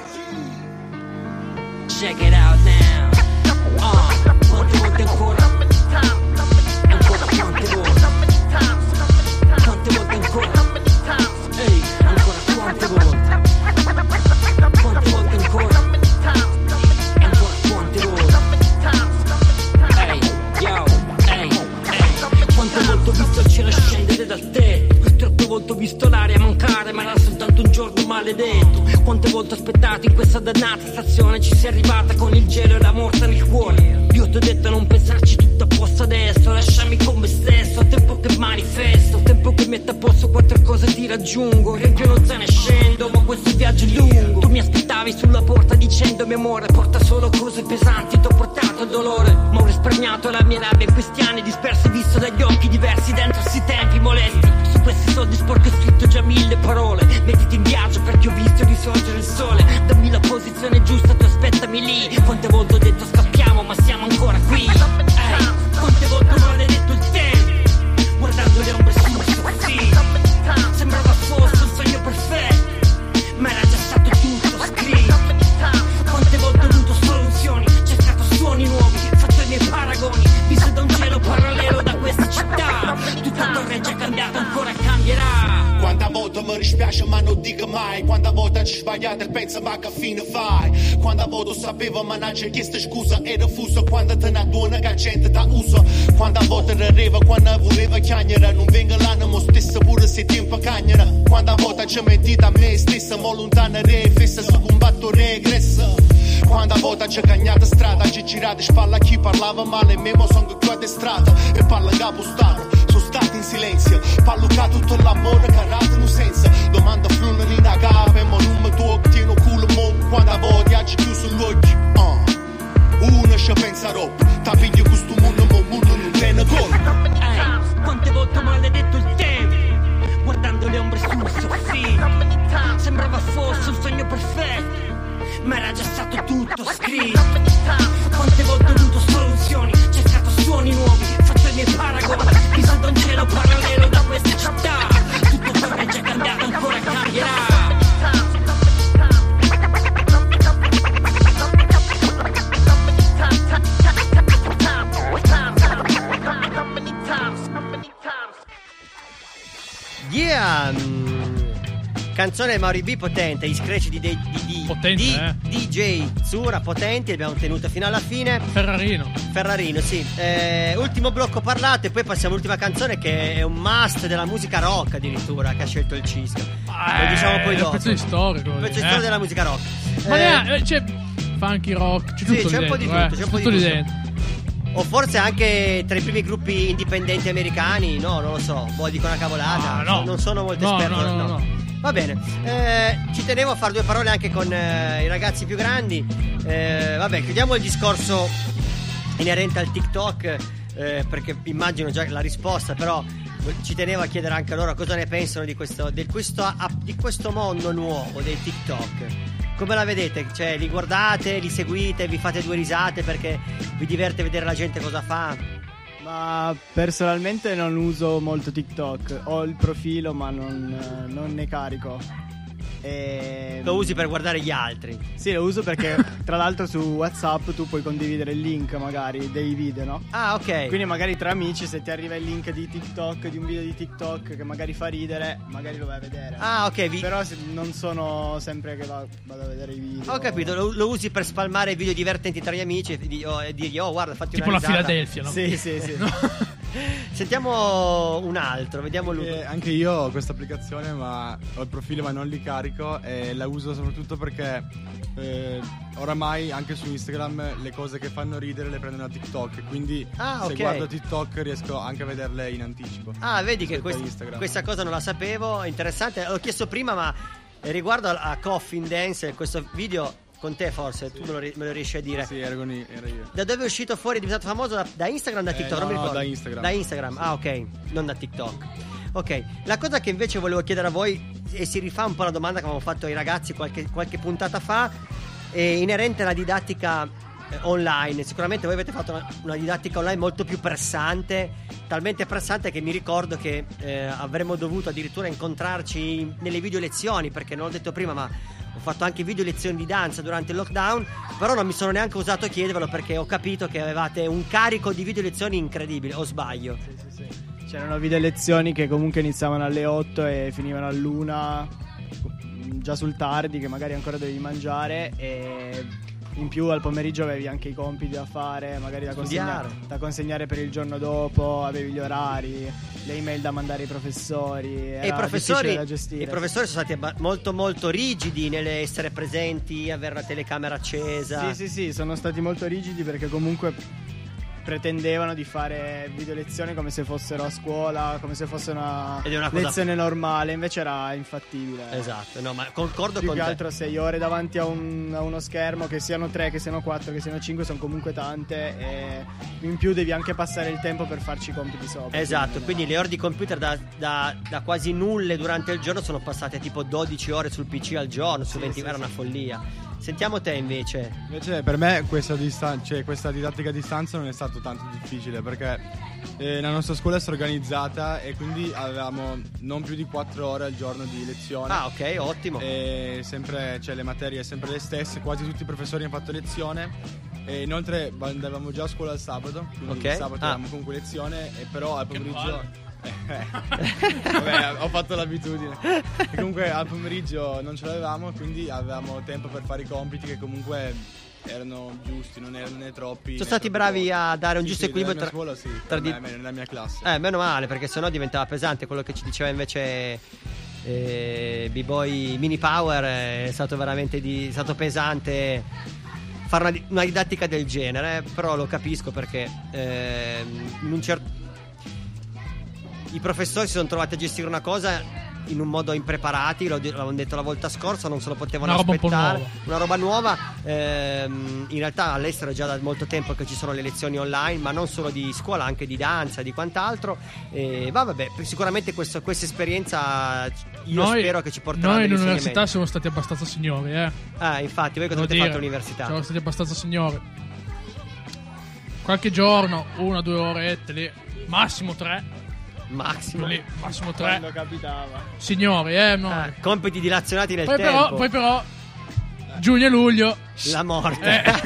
[SPEAKER 5] Check it out now. Uh, quante volte ancora? E ancora quante volte? Quante volte ancora? Ehi, ancora quante volte? Quante volte ancora? E ancora quante volte? Ehi, yo, ehi, ehi. Quante volte ho visto il cielo scendere dal tetto? Troppe volte ho visto l'aria mancare, ma era soltanto un giorno maledetto. Quante volte ho aspettato in questa dannata stazione, ci sei arrivata con il gelo e la morte nel cuore. Io ti ho detto non pensarci, tutto a posto adesso, lasciami con me stesso, a tempo che manifesto, tempo che metto a posto quattro cose ti raggiungo. Riempio non se ne scendo, ma questo viaggio è lungo. Tu mi aspettavi sulla porta dicendomi amore, porta solo cose cose pesanti t'ho portato il dolore, ma ho risparmiato la mia rabbia in questi anni dispersi, visto dagli occhi diversi dentro sti tempi molesti. Su questi soldi sporchi ho scritto già mille parole, mettiti in viaggio perché ho visto risorgere il sole. Dammi la posizione giusta, tu aspettami lì. Quante volte ho detto scappiamo ma siamo ancora qui. Ehi, quante volte ho maledetto il tempo, guardando le ombre sul soffitto. Sembrava fosse un sogno perfetto, ma era già stato tutto scritto. Quante volte ho avuto soluzioni, cercato suoni nuovi, fatto i miei paragoni, visto da un cielo parallelo da questa città. Tutta torre è già cambiata, ancora cambierà.
[SPEAKER 10] Quanta volta mi dispiace ma non dico mai, quanta volta ci sbagliate e penso ma che fine fai. Quanta volta sapevo ma non c'è chiesto scusa e refuso, quando te ne buona che gente ti usa. Quanta volta arriva quando voleva chiagnere, non venga l'animo stesso pure se tempo cagnera. Quanta volta ci mentita a me stessa, mo lontana re fessa su combatto regresso. Quanta volta ci cagnata strada, ci girate spalla a chi parlava male, me mo son qua di strada e parla capo stato. Sono stato in silenzio, parlo che tutto l'amore carato non senza. Domanda fluono in a capo e mo non mi tocca, tieno culo mo. Quanta volta oggi chiuso gli occhi, uh. Uno ci pensa troppo, ta piglio questo mondo, mo mondo non tiene colpa.
[SPEAKER 5] Ehi, quante volte ho maledetto il tempo, guardando le ombre sul soffitto. Sembrava fosse un sogno perfetto, ma era già stato tutto scritto. Quante volte ho avuto soluzioni, cercato suoni nuovi, fatto i miei paragoni, visto da un cielo parallelo da questa città. Tutto torna è già cambiato, ancora cambierà.
[SPEAKER 3] Yeah, mm, canzone Mauri B potente, gli scratch di, di, di,
[SPEAKER 4] Potente,
[SPEAKER 3] di
[SPEAKER 4] eh.
[SPEAKER 3] D J Zura potenti, abbiamo tenuto fino alla fine.
[SPEAKER 4] Ferrarino.
[SPEAKER 3] Ferrarino, sì. Eh, ultimo blocco parlato e poi passiamo all'ultima canzone che è un must della musica rock addirittura, che ha scelto il Cisco. Lo diciamo poi
[SPEAKER 4] è
[SPEAKER 3] dopo.
[SPEAKER 4] un pezzo di storia, quello
[SPEAKER 3] Un
[SPEAKER 4] lì,
[SPEAKER 3] pezzo di
[SPEAKER 4] eh.
[SPEAKER 3] storia della musica rock.
[SPEAKER 4] Ma
[SPEAKER 3] Eh,
[SPEAKER 4] ne ha- eh, c'è funky rock, c'è
[SPEAKER 3] Sì,
[SPEAKER 4] tutto
[SPEAKER 3] c'è
[SPEAKER 4] lì
[SPEAKER 3] un po' di
[SPEAKER 4] dentro,
[SPEAKER 3] tutto,
[SPEAKER 4] eh.
[SPEAKER 3] c'è un po'
[SPEAKER 4] tutto
[SPEAKER 3] di
[SPEAKER 4] lì
[SPEAKER 3] tutto.
[SPEAKER 4] dentro.
[SPEAKER 3] O forse anche tra i primi gruppi indipendenti americani, no, non lo so, boh, dico una cavolata.
[SPEAKER 4] Ah, no.
[SPEAKER 3] Non sono molto
[SPEAKER 4] No,
[SPEAKER 3] esperto.
[SPEAKER 4] no, no, no.
[SPEAKER 3] Va bene, eh, ci tenevo a fare due parole anche con eh, i ragazzi più grandi. Eh, vabbè, chiudiamo il discorso inerente al TikTok, eh, perché immagino già la risposta, però ci tenevo a chiedere anche a loro cosa ne pensano di questo, del questo, a- di questo mondo nuovo dei TikTok. Come la vedete? Cioè, li guardate, li seguite, vi fate due risate perché vi diverte vedere la gente cosa fa?
[SPEAKER 13] Ma personalmente non uso molto TikTok. Ho il profilo ma non, eh, non ne carico. E...
[SPEAKER 3] Lo usi per guardare gli altri?
[SPEAKER 13] Sì, lo uso perché tra l'altro su WhatsApp tu puoi condividere il link magari dei video, no?
[SPEAKER 3] Ah, ok.
[SPEAKER 13] Quindi magari tra amici se ti arriva il link di TikTok, di un video di TikTok che magari fa ridere, magari lo vai a vedere.
[SPEAKER 3] Ah, ok. Vi...
[SPEAKER 13] Però se- non sono sempre che va- vado a vedere i video.
[SPEAKER 3] Ho capito, lo, lo usi per spalmare video divertenti tra gli amici e, di- oh, e dirgli, oh guarda, fatti
[SPEAKER 4] Tipo
[SPEAKER 3] una
[SPEAKER 4] la
[SPEAKER 3] risata.
[SPEAKER 4] Philadelphia, no?
[SPEAKER 13] Sì, sì, sì.
[SPEAKER 3] Sentiamo un altro, vediamo lui.
[SPEAKER 23] Eh, anche io ho questa applicazione, ma ho il profilo ma non li carico e la uso soprattutto perché eh, oramai anche su Instagram le cose che fanno ridere le prendo da TikTok, quindi
[SPEAKER 3] Ah,
[SPEAKER 23] se
[SPEAKER 3] ok.
[SPEAKER 23] guardo TikTok riesco anche a vederle in anticipo.
[SPEAKER 3] Ah, vedi che
[SPEAKER 23] rispetto a
[SPEAKER 3] quest-
[SPEAKER 23] Instagram.
[SPEAKER 3] questa cosa non la sapevo, interessante. L'ho chiesto prima, ma riguardo a, a Coffin Dance, questo video con te forse, tu me lo, ri- me lo riesci a dire.
[SPEAKER 23] Sì, ero, con i- ero io.
[SPEAKER 3] Da dove è uscito fuori, è diventato famoso? Da, da Instagram o da
[SPEAKER 23] Eh,
[SPEAKER 3] TikTok?
[SPEAKER 23] no,
[SPEAKER 3] non mi
[SPEAKER 23] no,
[SPEAKER 3] ricordo.
[SPEAKER 23] da Instagram.
[SPEAKER 3] Da Instagram, ah ok, non da TikTok. Ok, la cosa che invece volevo chiedere a voi, e si rifà un po' alla domanda che avevamo fatto ai ragazzi qualche, qualche puntata fa, è inerente alla didattica eh, online. Sicuramente voi avete fatto una, una didattica online molto più pressante, talmente pressante che mi ricordo che eh, avremmo dovuto addirittura incontrarci nelle video lezioni, perché non l'ho detto prima, ma ho fatto anche video lezioni di danza durante il lockdown, però non mi sono neanche osato a chiedervelo perché ho capito che avevate un carico di video lezioni incredibile, o sbaglio?
[SPEAKER 13] Sì, sì, sì. C'erano video lezioni che comunque iniziavano alle otto e finivano all'una, già sul tardi, che magari ancora dovevi mangiare, e in più al pomeriggio avevi anche i compiti da fare, magari da consegnare,
[SPEAKER 3] Studiare.
[SPEAKER 13] da consegnare per il giorno dopo, avevi gli orari, le email da mandare ai professori,
[SPEAKER 3] E
[SPEAKER 13] era
[SPEAKER 3] i professori,
[SPEAKER 13] difficile da gestire.
[SPEAKER 3] i professori sono stati abba- molto molto rigidi nell'essere presenti, avere la telecamera accesa.
[SPEAKER 13] Sì, sì, sì, sono stati molto rigidi perché comunque pretendevano di fare video lezioni come se fossero a scuola, come se fosse una,
[SPEAKER 3] Ed è una cosa-
[SPEAKER 13] lezione normale, invece era infattibile.
[SPEAKER 3] Esatto, no, ma concordo
[SPEAKER 13] Più
[SPEAKER 3] con
[SPEAKER 13] che
[SPEAKER 3] te.
[SPEAKER 13] altro sei ore davanti a, un- a uno schermo, che siano tre, che siano quattro, che siano cinque, sono comunque tante, e in più devi anche passare il tempo per farci i compiti sopra.
[SPEAKER 3] Esatto, quindi le ore di computer da, da- da quasi nulle durante il giorno sono passate tipo dodici ore sul P C al giorno, su
[SPEAKER 23] Sì,
[SPEAKER 3] venti
[SPEAKER 23] sì,
[SPEAKER 3] era
[SPEAKER 23] sì.
[SPEAKER 3] una follia. Sentiamo te invece.
[SPEAKER 23] Invece per me questa, distan- cioè, questa didattica a distanza non è stato tanto difficile, perché eh, la nostra scuola è organizzata e quindi avevamo non più di quattro ore al giorno di lezione.
[SPEAKER 3] Ah, ok, ottimo.
[SPEAKER 23] E sempre, cioè, le materie sempre le stesse, quasi tutti i professori hanno fatto lezione. E inoltre andavamo già a scuola il sabato, quindi
[SPEAKER 3] Ok.
[SPEAKER 23] il sabato
[SPEAKER 3] Ah.
[SPEAKER 23] avevamo comunque lezione, e però al pomeriggio eh, vabbè, ho fatto l'abitudine. E comunque al pomeriggio non ce l'avevamo, quindi avevamo tempo per fare i compiti che comunque erano giusti, non erano né troppi.
[SPEAKER 3] Sono
[SPEAKER 23] né
[SPEAKER 3] stati
[SPEAKER 23] troppo
[SPEAKER 3] bravi
[SPEAKER 23] pochi.
[SPEAKER 3] a dare un
[SPEAKER 23] Sì,
[SPEAKER 3] giusto
[SPEAKER 23] sì,
[SPEAKER 3] equilibrio
[SPEAKER 23] nella
[SPEAKER 3] tra,
[SPEAKER 23] mia scuola, sì,
[SPEAKER 3] tra
[SPEAKER 23] per
[SPEAKER 3] di-
[SPEAKER 23] me, nella mia classe.
[SPEAKER 3] Eh, meno male, perché sennò diventava pesante. Quello che ci diceva invece eh, B-Boy Mini Power è stato veramente di, è stato pesante fare una, di- una didattica del genere, eh, però lo capisco perché ehm, in un certo i professori si sono trovati a gestire una cosa in un modo impreparati, lo- l'avevamo detto la volta scorsa, non se lo potevano
[SPEAKER 4] Una roba un po'
[SPEAKER 3] aspettare,
[SPEAKER 4] nuova.
[SPEAKER 3] una roba nuova. Ehm, in realtà all'estero è già da molto tempo che ci sono le lezioni online, ma non solo di scuola, anche di danza, di quant'altro. E va, vabbè, sicuramente questo- questa esperienza io
[SPEAKER 4] Noi-
[SPEAKER 3] spero che ci porterà
[SPEAKER 4] Noi
[SPEAKER 3] degli
[SPEAKER 4] in università
[SPEAKER 3] insegnamenti.
[SPEAKER 4] siamo stati abbastanza signori, eh.
[SPEAKER 3] Ah, infatti, voi cosa
[SPEAKER 4] Devo
[SPEAKER 3] avete
[SPEAKER 4] dire,
[SPEAKER 3] fatto all'università?
[SPEAKER 4] Siamo stati abbastanza signori. Qualche giorno, una o due orette lì, massimo tre.
[SPEAKER 3] Massimo
[SPEAKER 4] lì, massimo tre.
[SPEAKER 13] Quando capitava.
[SPEAKER 4] Signori, eh, no.
[SPEAKER 3] Ah, compiti dilazionati nel
[SPEAKER 4] Poi
[SPEAKER 3] tempo.
[SPEAKER 4] però, poi però, giugno e luglio.
[SPEAKER 3] La morte.
[SPEAKER 4] Eh.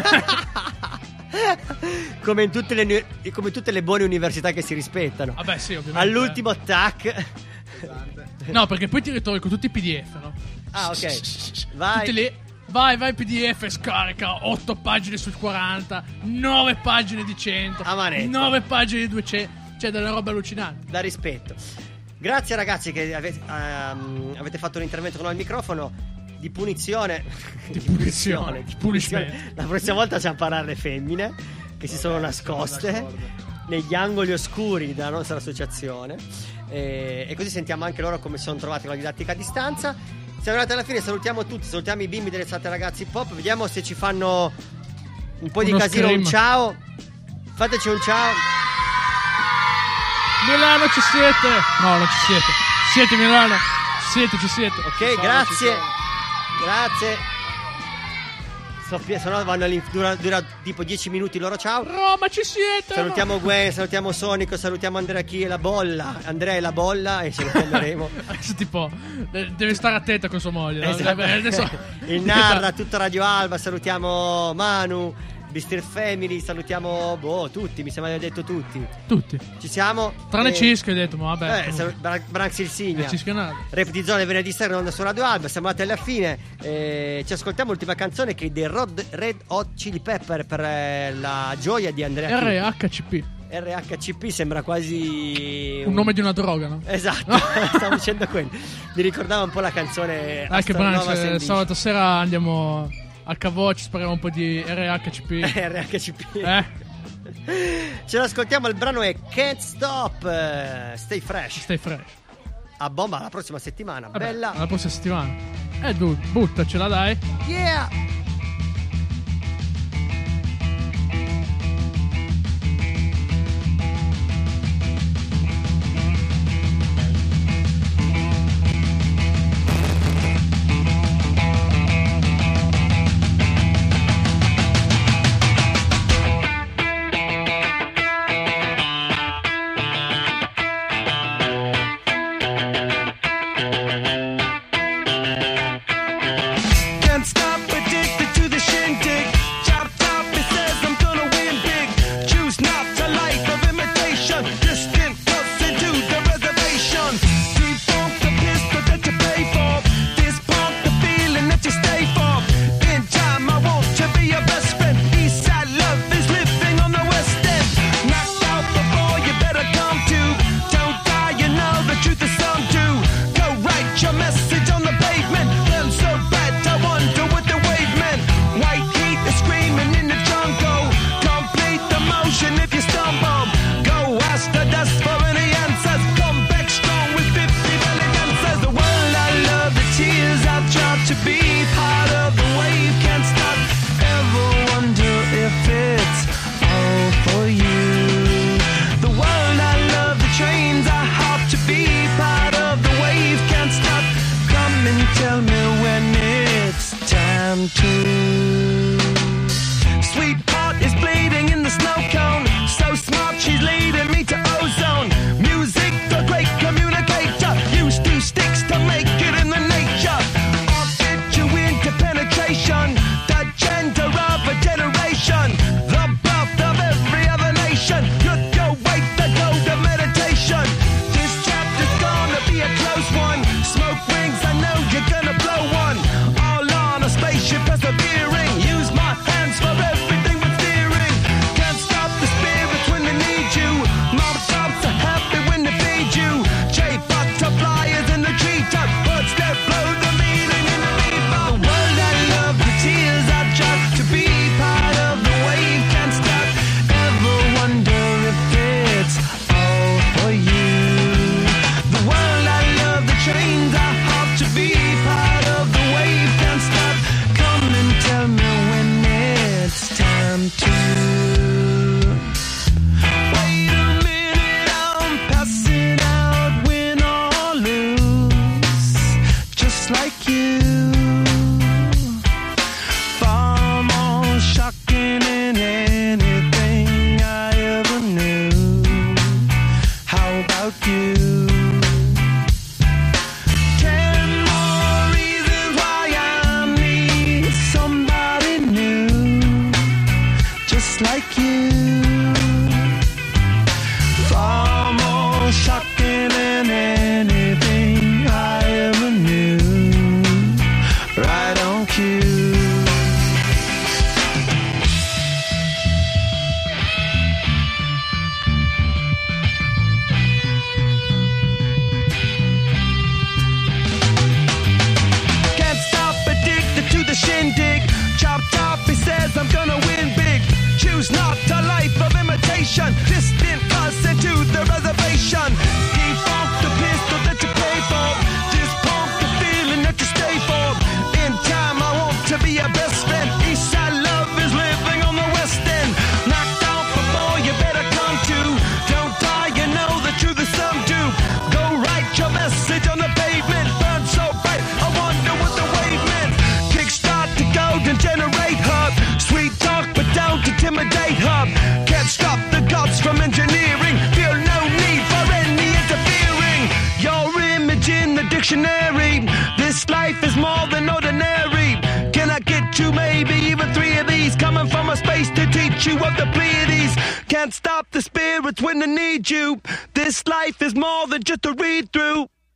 [SPEAKER 3] come, in tutte le, uni- come tutte le buone università che si rispettano.
[SPEAKER 4] Vabbè, sì, ovviamente.
[SPEAKER 3] All'ultimo tac.
[SPEAKER 4] No, perché poi ti ritrovi con tutti i P D F, no?
[SPEAKER 3] Ah, ok. Vai.
[SPEAKER 4] Tutti lì. Vai, vai P D F, scarica otto pagine su quaranta, nove pagine di cento,
[SPEAKER 3] A manetta.
[SPEAKER 4] nove pagine di duecento. Cioè, delle robe allucinanti.
[SPEAKER 3] Da rispetto. Grazie ragazzi che avete, ehm, avete fatto un intervento con il microfono di punizione.
[SPEAKER 4] Di punizione, di punishment.
[SPEAKER 3] La prossima volta facciamo parlare le femmine che si sono nascoste negli angoli oscuri della nostra associazione. E, e così sentiamo anche loro come si sono trovati con la didattica a distanza. Siamo arrivati alla fine, salutiamo tutti, salutiamo i bimbi dell'estate ragazzi pop. Vediamo se ci fanno un po' di
[SPEAKER 4] Uno
[SPEAKER 3] casino,
[SPEAKER 4] scream.
[SPEAKER 3] un ciao. Fateci un ciao.
[SPEAKER 4] Milano, ci siete? No, non ci siete. Ci siete, Milano? Ci siete, ci siete.
[SPEAKER 3] Ok, grazie. Grazie. Soffia, se no vanno all'in- dura, dura tipo dieci minuti loro ciao.
[SPEAKER 4] Roma, ci siete?
[SPEAKER 3] Salutiamo Gwen, salutiamo Sonico, salutiamo Andrea Chi e la bolla. Andrea e la bolla e ce lo prenderemo.
[SPEAKER 4] Adesso tipo eh, deve stare attenta con sua moglie, no?
[SPEAKER 3] Esatto.
[SPEAKER 4] Vabbè, adesso
[SPEAKER 3] Il Narra, tutta Radio Alba, salutiamo Manu, Bistir Family, salutiamo boh, tutti, mi sembra di aver detto tutti.
[SPEAKER 4] tutti.
[SPEAKER 3] Ci siamo?
[SPEAKER 4] Tranne
[SPEAKER 3] Eh,
[SPEAKER 4] Cisco, hai detto, ma vabbè.
[SPEAKER 3] Eh,
[SPEAKER 4] comunque.
[SPEAKER 3] sal- Bra- Branx il Signa.
[SPEAKER 4] Eh, Cisco è nato.
[SPEAKER 3] Rap di zona venerdì sera in onda su Radio Alba. Siamo andati alla fine. Eh, ci ascoltiamo l'ultima canzone che è dei Rod- Red Hot Chili Pepper per eh, la gioia di Andrea Chi.
[SPEAKER 4] R H C P.
[SPEAKER 3] R H C P sembra quasi
[SPEAKER 4] Un nome di una droga, no?
[SPEAKER 3] Esatto, stavo dicendo quello. Mi ricordava un po' la canzone
[SPEAKER 4] Anche
[SPEAKER 3] Astronova
[SPEAKER 4] Branch, eh,
[SPEAKER 3] Sandish.
[SPEAKER 4] sabato sera andiamo al Cavò, ci spariamo un po' di R H C P.
[SPEAKER 3] R H C P.
[SPEAKER 4] Eh?
[SPEAKER 3] Ce l'ascoltiamo, il brano è Can't Stop, eh, Stay Fresh.
[SPEAKER 4] Stay fresh.
[SPEAKER 3] A bomba la prossima settimana.
[SPEAKER 4] Vabbè,
[SPEAKER 3] Bella.
[SPEAKER 4] alla prossima settimana. Eh, du, buttacela, dai.
[SPEAKER 3] Yeah.
[SPEAKER 20] Can't stop, addicted says I'm gonna win big. Choose not a life of imitation. Distant us into the reservation. Defunct the pistol that you pay for. Dispump the feeling that you stay for. In time I want to be your best friend. Eastside love is living on the West End. Knocked out before you better come to. Don't die, you know the truth is some do. Go write your message on the pavement. Burn so bright, I wonder what the wave meant. Kickstart the golden generate hub. Sweet talk but don't intimidate hub. Can't stop the gods from engineering. Feel no need for any interfering. Your image in the dictionary. This life is more than ordinary. Can I get you maybe even three of these? Coming from a space to teach you of the Pleiades. Can't stop the spirits when they need you. This life is more than just a read through.